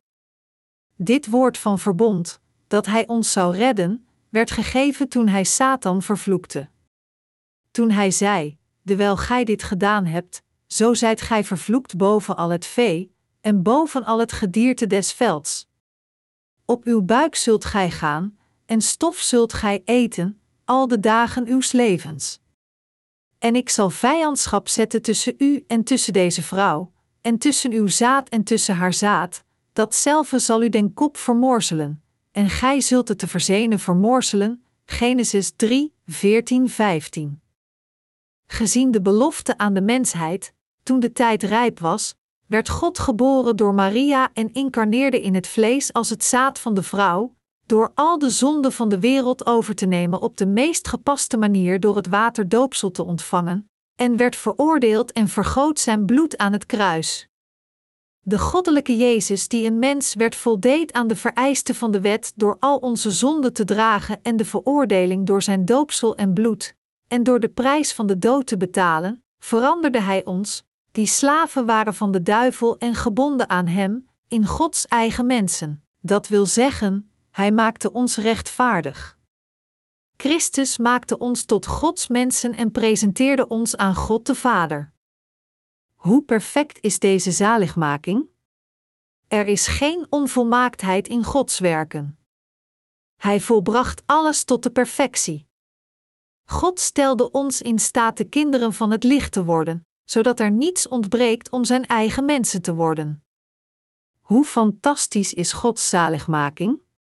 Dit woord van verbond, dat Hij ons zou redden, werd gegeven toen Hij Satan vervloekte. Toen Hij zei, dewijl gij dit gedaan hebt, zo zijt gij vervloekt boven al het vee, en boven al het gedierte des velds. Op uw buik zult gij gaan, en stof zult gij eten, al de dagen uws levens. En ik zal vijandschap zetten tussen u en tussen deze vrouw, en tussen uw zaad en tussen haar zaad, datzelfde zal u den kop vermorzelen, en gij zult het te verzenen vermorzelen. Genesis drie, veertien, vijftien. Gezien de belofte aan de mensheid, toen de tijd rijp was, werd God geboren door Maria en incarneerde in het vlees als het zaad van de vrouw, door al de zonden van de wereld over te nemen op de meest gepaste manier door het waterdoopsel te ontvangen, en werd veroordeeld en vergoot zijn bloed aan het kruis. De goddelijke Jezus die een mens werd voldeed aan de vereisten van de wet door al onze zonden te dragen en de veroordeling door zijn doopsel en bloed, en door de prijs van de dood te betalen, veranderde Hij ons, die slaven waren van de duivel en gebonden aan hem, in Gods eigen mensen. Dat wil zeggen, Hij maakte ons rechtvaardig. Christus maakte ons tot Gods mensen en presenteerde ons aan God de Vader. Hoe perfect is deze zaligmaking? Er is geen onvolmaaktheid in Gods werken. Hij volbracht alles tot de perfectie. God stelde ons in staat de kinderen van het licht te worden, zodat er niets ontbreekt om zijn eigen mensen te worden. Hoe fantastisch is Gods zaligmaking?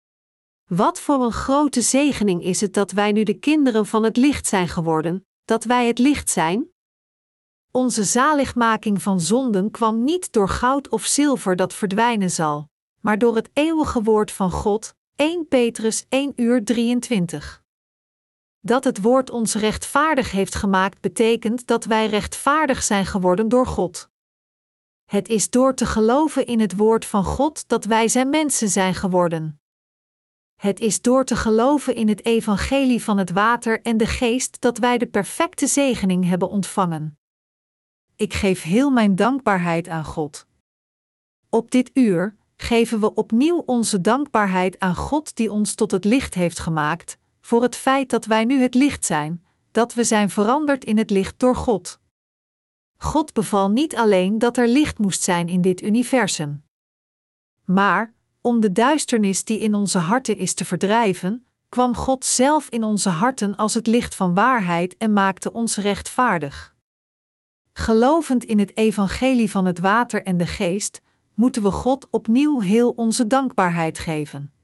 Wat voor een grote zegening is het dat wij nu de kinderen van het licht zijn geworden, dat wij het licht zijn? Onze zaligmaking van zonden kwam niet door goud of zilver dat verdwijnen zal, maar door het eeuwige woord van God, eerste Petrus één uur drieëntwintig. Dat het woord ons rechtvaardig heeft gemaakt betekent dat wij rechtvaardig zijn geworden door God. Het is door te geloven in het woord van God dat wij zijn mensen zijn geworden. Het is door te geloven in het evangelie van het water en de geest dat wij de perfecte zegening hebben ontvangen. Ik geef heel mijn dankbaarheid aan God. Op dit uur geven we opnieuw onze dankbaarheid aan God die ons tot het licht heeft gemaakt, voor het feit dat wij nu het licht zijn, dat we zijn veranderd in het licht door God. God beval niet alleen dat er licht moest zijn in dit universum. Maar, om de duisternis die in onze harten is te verdrijven, kwam God zelf in onze harten als het licht van waarheid en maakte ons rechtvaardig. Gelovend in het evangelie van het water en de geest, moeten we God opnieuw heel onze dankbaarheid geven.